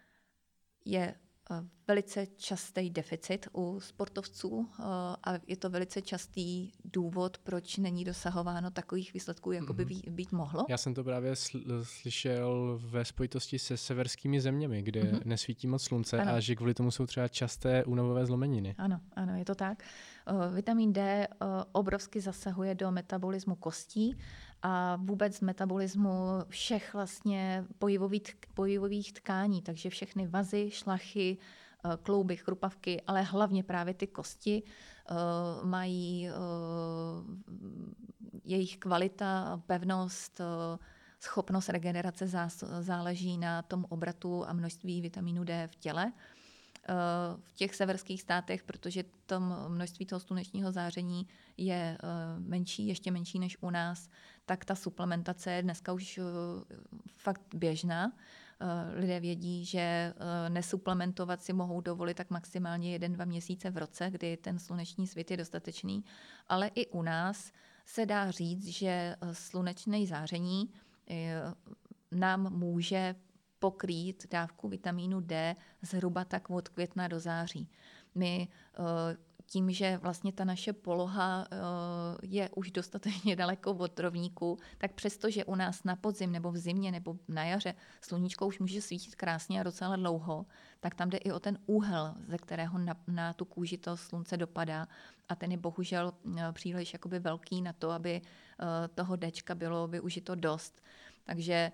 je velice častý deficit u sportovců a je to velice častý důvod, proč není dosahováno takových výsledků, jako by být mohlo. Já jsem to právě sl- slyšel ve spojitosti se severskými zeměmi, kde mm-hmm. nesvítí moc slunce ano. a že kvůli tomu jsou třeba časté únavové zlomeniny. Ano, ano, je to tak. Uh, vitamin D uh, obrovsky zasahuje do metabolismu kostí a vůbec metabolismu všech vlastně pojivových, pojivových tkání, takže všechny vazy, šlachy, klouby, chrupavky, ale hlavně právě ty kosti uh, mají uh, jejich kvalita, pevnost, uh, schopnost regenerace zás, záleží na tom obratu a množství vitamínu D v těle. v těch severských státech, protože tam množství toho slunečního záření je menší, ještě menší než u nás, tak ta suplementace je dneska už fakt běžná. Lidé vědí, že nesuplementovat si mohou dovolit tak maximálně jeden, dva měsíce v roce, kdy ten sluneční svit je dostatečný, ale i u nás se dá říct, že slunečné záření nám může pokrýt dávku vitamínu D zhruba tak od května do září. My tím, že vlastně ta naše poloha je už dostatečně daleko od rovníku, tak přesto, že u nás na podzim nebo v zimě nebo na jaře sluníčko už může svítit krásně a docela dlouho, tak tam jde i o ten úhel, ze kterého na, na tu kůži to slunce dopadá a ten je bohužel příliš jakoby velký na to, aby toho Dčka bylo využito dost. Takže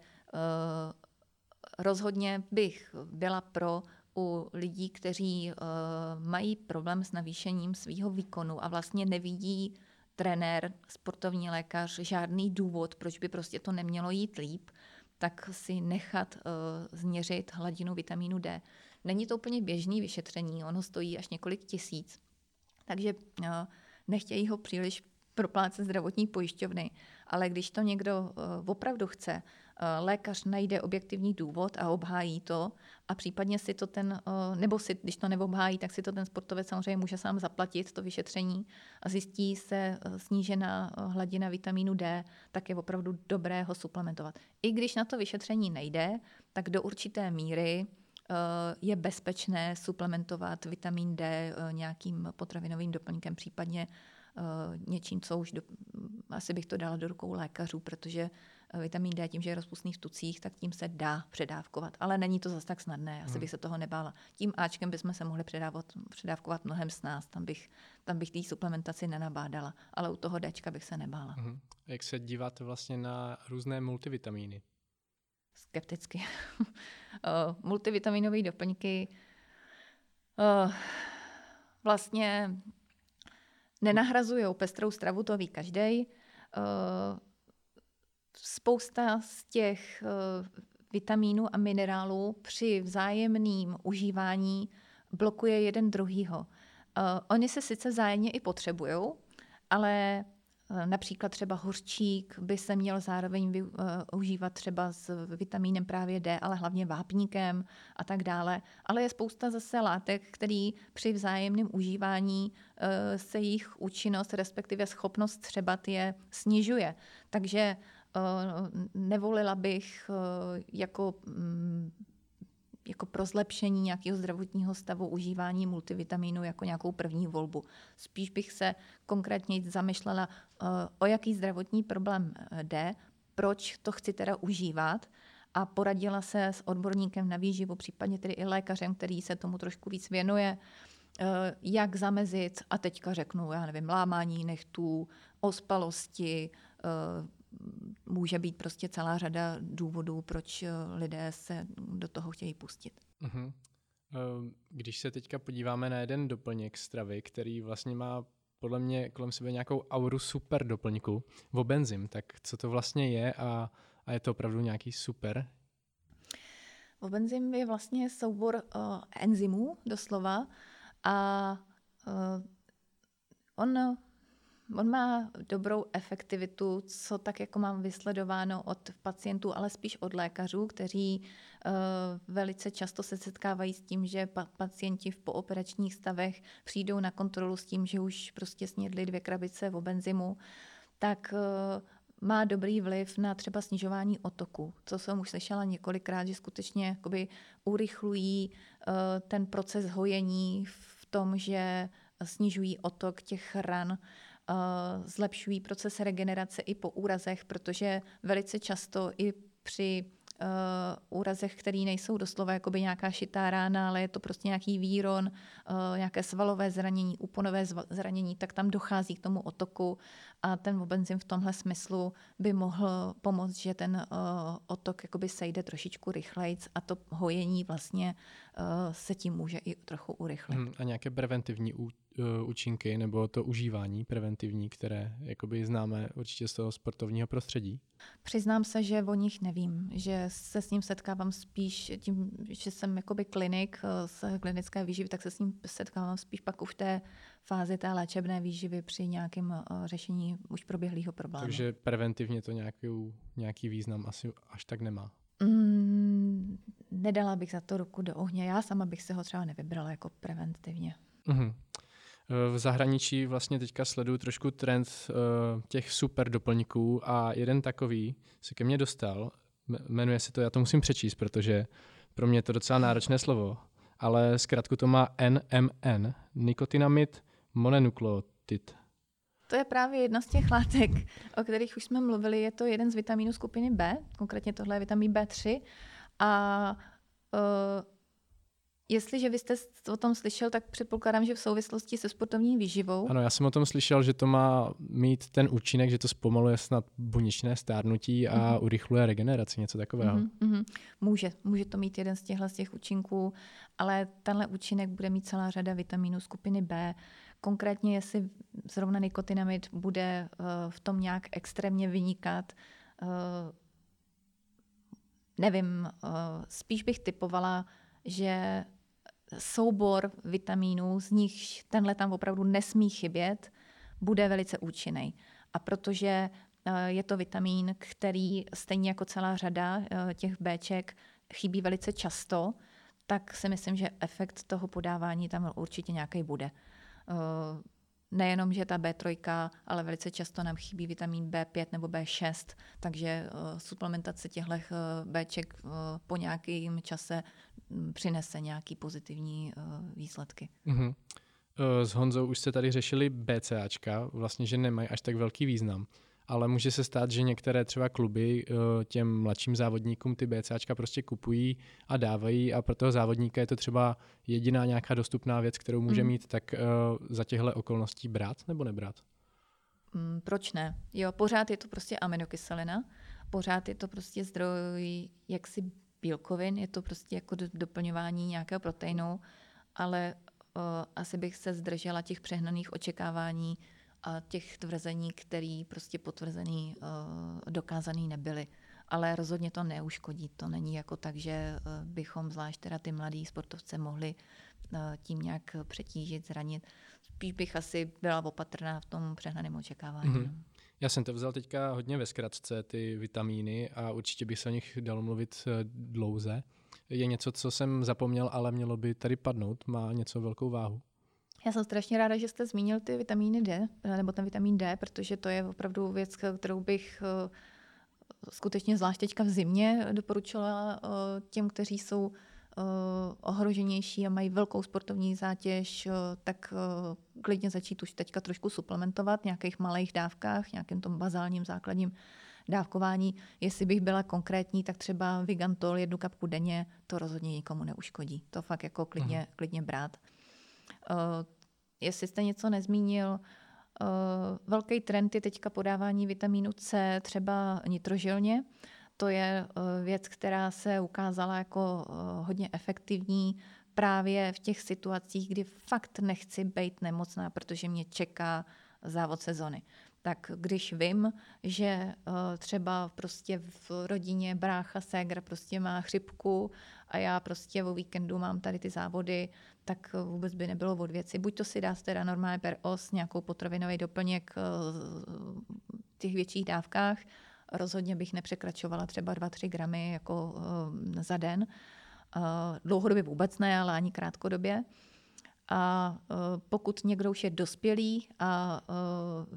rozhodně bych byla pro u lidí, kteří uh, mají problém s navýšením svého výkonu a vlastně nevidí trenér, sportovní lékař žádný důvod, proč by prostě to nemělo jít líp, tak si nechat uh, změřit hladinu vitamínu D. Není to úplně běžný vyšetření, ono stojí až několik tisíc, takže uh, nechtějí ho příliš proplácet zdravotní pojišťovny, ale když to někdo uh, opravdu chce, uh, lékař najde objektivní důvod a obhájí to a případně si to ten, uh, nebo si, když to neobhájí, tak si to ten sportovec samozřejmě může sám zaplatit, to vyšetření a zjistí se uh, snížená uh, hladina vitamínu D, tak je opravdu dobré ho suplementovat. I když na to vyšetření nejde, tak do určité míry uh, je bezpečné suplementovat vitamin D uh, nějakým potravinovým doplňkem, případně Uh, něčím, co už do, asi bych to dala do rukou lékařů, protože uh, vitamin D tím, že je rozpustný v tucích, tak tím se dá předávkovat. Ale není to zase tak snadné, asi hmm. bych se toho nebála. Tím Ačkem bychom se mohli předávat, předávkovat mnohem s nás, tam bych, tam bych té suplementaci nenabádala, ale u toho Dčka bych se nebála. Hmm. Jak se díváte vlastně na různé multivitamíny? Skepticky. uh, multivitaminové doplňky uh, vlastně nenahrazují pestrou stravu, to ví každej. Spousta z těch vitamínů a minerálů při vzájemném užívání blokuje jeden druhýho. Oni se sice vzájemně i potřebují, ale například třeba hořčík by se měl zároveň užívat třeba s vitamínem právě D, ale hlavně vápníkem a tak dále. Ale je spousta zase látek, který při vzájemném užívání se jejich účinnost, respektive schopnost třebat je snižuje. Takže nevolila bych jako jako pro zlepšení nějakého zdravotního stavu užívání multivitamínu jako nějakou první volbu. Spíš bych se konkrétně zamýšlela, o jaký zdravotní problém jde, proč to chci teda užívat a poradila se s odborníkem na výživu, případně tedy i lékařem, který se tomu trošku víc věnuje, jak zamezit, a teďka řeknu, já nevím, lámání nechtů, ospalosti, může být prostě celá řada důvodů, proč lidé se do toho chtějí pustit. Uh-huh. Když se teďka podíváme na jeden doplněk stravy, který vlastně má podle mě kolem sebe nějakou auru super doplňku, Wobenzym, tak co to vlastně je a, a je to opravdu nějaký super? Wobenzym je vlastně soubor uh, enzymů doslova a uh, on On má dobrou efektivitu, co tak jako mám vysledováno od pacientů, ale spíš od lékařů, kteří uh, velice často se setkávají s tím, že pa- pacienti v pooperačních stavech přijdou na kontrolu s tím, že už prostě snědli dvě krabice Wobenzymu, tak uh, má dobrý vliv na třeba snižování otoku, co jsem už slyšela několikrát, že skutečně jakoby urychlují uh, ten proces hojení v tom, že snižují otok těch ran, zlepšují proces regenerace i po úrazech, protože velice často i při uh, úrazech, které nejsou doslova jakoby nějaká šitá rána, ale je to prostě nějaký výron, uh, nějaké svalové zranění, úponové zranění, tak tam dochází k tomu otoku a ten Wobenzym v tomhle smyslu by mohl pomoct, že ten uh, otok jakoby sejde trošičku rychlejc a to hojení vlastně uh, se tím může i trochu urychlit. Hmm, a nějaké preventivní ú, účinky nebo to užívání preventivní, které jakoby známe určitě z toho sportovního prostředí? Přiznám se, že o nich nevím, že se s ním setkávám spíš tím, že jsem jakoby klinik z klinické výživy, tak se s ním setkávám spíš pak už v té fázi té léčebné výživy při nějakém řešení už proběhlého problému. Takže preventivně to nějaký, nějaký význam asi až tak nemá? Mm, nedala bych za to ruku do ohně. Já sama bych se ho třeba nevybrala jako preventivně. Mm-hmm. V zahraničí vlastně teďka sleduju trošku trend uh, těch super doplňků a jeden takový se ke mně dostal, jmenuje se to, já to musím přečíst, protože pro mě je to docela náročné slovo, ale zkrátku to má N M N, nikotinamid mononukleotid. To je právě jedna z těch látek, o kterých už jsme mluvili. Je to jeden z vitamínů skupiny B, konkrétně tohle je vitamin B tři. A uh, jestliže vy jste o tom slyšel, tak předpokládám, že v souvislosti se sportovní výživou. Ano, já jsem o tom slyšel, že to má mít ten účinek, že to zpomaluje snad buněčné stárnutí a mm-hmm. urychluje regeneraci, něco takového. Mm-hmm. Může, může to mít jeden z těchto z těch účinků, ale tenhle účinek bude mít celá řada vitaminů skupiny B. Konkrétně, jestli zrovna nikotinamid bude uh, v tom nějak extrémně vynikat, uh, nevím, uh, spíš bych typovala, že soubor vitamínů, z nich tenhle tam opravdu nesmí chybět, bude velice účinný. A protože uh, je to vitamín, který stejně jako celá řada uh, těch Bček chybí velice často, tak si myslím, že efekt toho podávání tam určitě nějaký bude. Uh, nejenom, že ta bé tři, ale velice často nám chybí vitamin bé pět nebo bé šest, takže uh, suplementace těchto uh, Bček uh, po nějakém čase um, přinese nějaký pozitivní uh, výsledky. Mm-hmm. Uh, s Honzou už jste tady řešili BCAčka, vlastně, že nemají až tak velký význam. Ale může se stát, že některé třeba kluby těm mladším závodníkům ty BCAčka prostě kupují a dávají a pro toho závodníka je to třeba jediná nějaká dostupná věc, kterou může mm. mít, tak uh, za těchto okolností brát nebo nebrát? Mm, proč ne? Jo, pořád je to prostě aminokyselina, pořád je to prostě zdroj jaksi bílkovin, je to prostě jako do, doplňování nějakého proteinu, ale uh, asi bych se zdržela těch přehnaných očekávání a těch tvrzení, které prostě potvrzený, dokázaný nebyly. Ale rozhodně to neuškodí. To není jako tak, že bychom zvlášť teda ty mladý sportovce mohli tím nějak přetížit, zranit. Spíš bych asi byla opatrná v tom přehnaném očekávání. Mm-hmm. Já jsem to vzal teďka hodně ve zkratce, ty vitamíny, a určitě by se o nich dalo mluvit dlouze. Je něco, co jsem zapomněl, ale mělo by tady padnout. Má něco velkou váhu. Já jsem strašně ráda, že jste zmínil ty vitamíny D, nebo ten vitamin D, protože to je opravdu věc, kterou bych skutečně zvlášť teďka v zimě doporučila těm, kteří jsou ohroženější a mají velkou sportovní zátěž, tak klidně začít už teďka trošku suplementovat v nějakých malých dávkách, nějakým tom bazálním základním dávkování. Jestli bych byla konkrétní, tak třeba Vigantol jednu kapku denně, to rozhodně nikomu neuškodí. To fakt jako klidně, uh-huh. klidně brát. Uh, jestli jste něco nezmínil, uh, velký trend je teďka podávání vitamínu C třeba nitrožilně. To je uh, věc, která se ukázala jako uh, hodně efektivní právě v těch situacích, kdy fakt nechci být nemocná, protože mě čeká závod sezony. Tak když vím, že uh, třeba prostě v rodině brácha, ségra prostě má chřipku a já prostě o víkendu mám tady ty závody, tak vůbec by nebylo od věci. Buď to si dá teda normálně per os, nějakou potravinový doplněk uh, v těch větších dávkách. Rozhodně bych nepřekračovala třeba dva tři gramy jako uh, za den. Uh, dlouhodobě vůbec ne, ale ani krátkodobě. A uh, pokud někdo už je dospělý a uh,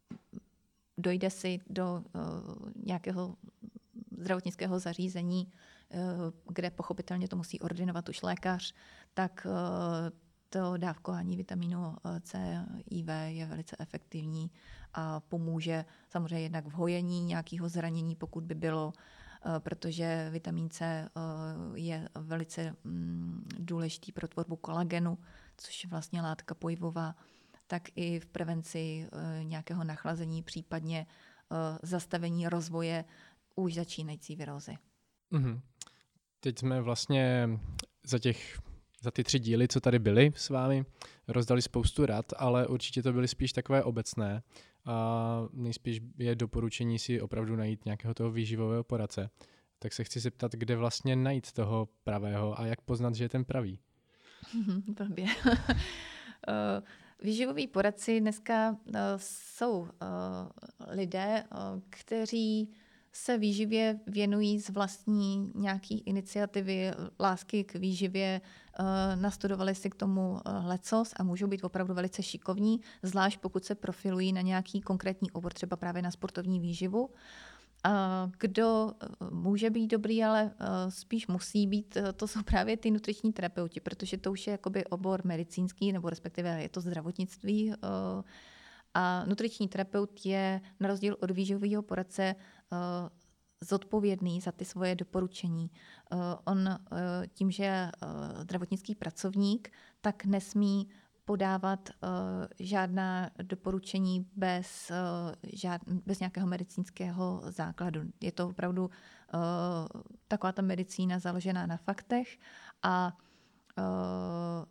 dojde si do uh, nějakého zdravotnického zařízení, uh, kde pochopitelně to musí ordinovat už lékař, tak uh, to dávkování vitamínu C, I V je velice efektivní a pomůže samozřejmě jednak v hojení nějakého zranění, pokud by bylo, uh, protože vitamin C uh, je velice um, důležitý pro tvorbu kolagenu, což je vlastně látka pojivová, tak i v prevenci uh, nějakého nachlazení, případně uh, zastavení rozvoje už začínající virózy. Mm-hmm. Teď jsme vlastně za těch za ty tři díly, co tady byly s vámi, rozdali spoustu rad, ale určitě to byly spíš takové obecné a nejspíš je doporučení si opravdu najít nějakého toho výživového poradce. Tak se chci zeptat, kde vlastně najít toho pravého a jak poznat, že je ten pravý. Blbě. Výživoví poradci dneska jsou lidé, kteří se výživě věnují z vlastní nějaký iniciativy, lásky k výživě, nastudovali si k tomu lecos a můžou být opravdu velice šikovní, zvlášť pokud se profilují na nějaký konkrétní obor, třeba právě na sportovní výživu. Kdo může být dobrý, ale spíš musí být, to jsou právě ty nutriční terapeuti, protože to už je jakoby obor medicínský, nebo respektive je to zdravotnictví. A nutriční terapeut je na rozdíl od výživového poradce zodpovědný za ty svoje doporučení. On tím, že je zdravotnický pracovník, tak nesmí podávat uh, žádná doporučení bez, uh, žád, bez nějakého medicínského základu. Je to opravdu uh, taková ta medicína založená na faktech a uh,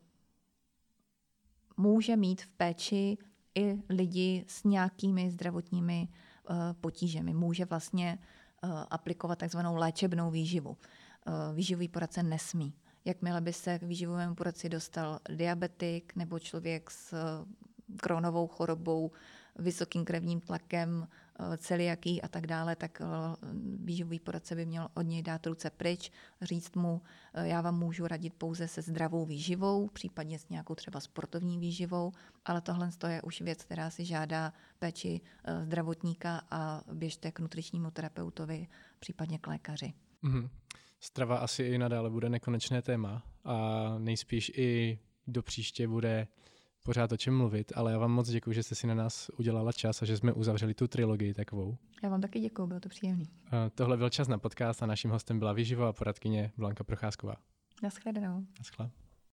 může mít v péči i lidi s nějakými zdravotními uh, potížemi. Může vlastně uh, aplikovat takzvanou léčebnou výživu. Uh, výživový poradce nesmí. Jakmile by se k výživovému poradci dostal diabetik nebo člověk s Crohnovou chorobou, vysokým krevním tlakem, celiakí a tak dále, tak výživový poradce by měl od něj dát ruce pryč, říct mu, já vám můžu radit pouze se zdravou výživou, případně s nějakou třeba sportovní výživou, ale tohle je už věc, která si žádá péči zdravotníka a běžte k nutričnímu terapeutovi, případně k lékaři. Mm-hmm. Strava asi i nadále bude nekonečné téma a nejspíš i do příště bude pořád o čem mluvit, ale já vám moc děkuji, že jste si na nás udělala čas a že jsme uzavřeli tu trilogii takovou. Já vám taky děkuji, bylo to příjemný. Tohle byl Čas na podcast a naším hostem byla výživová poradkyně Blanka Procházková. Naschledanou. Naschle.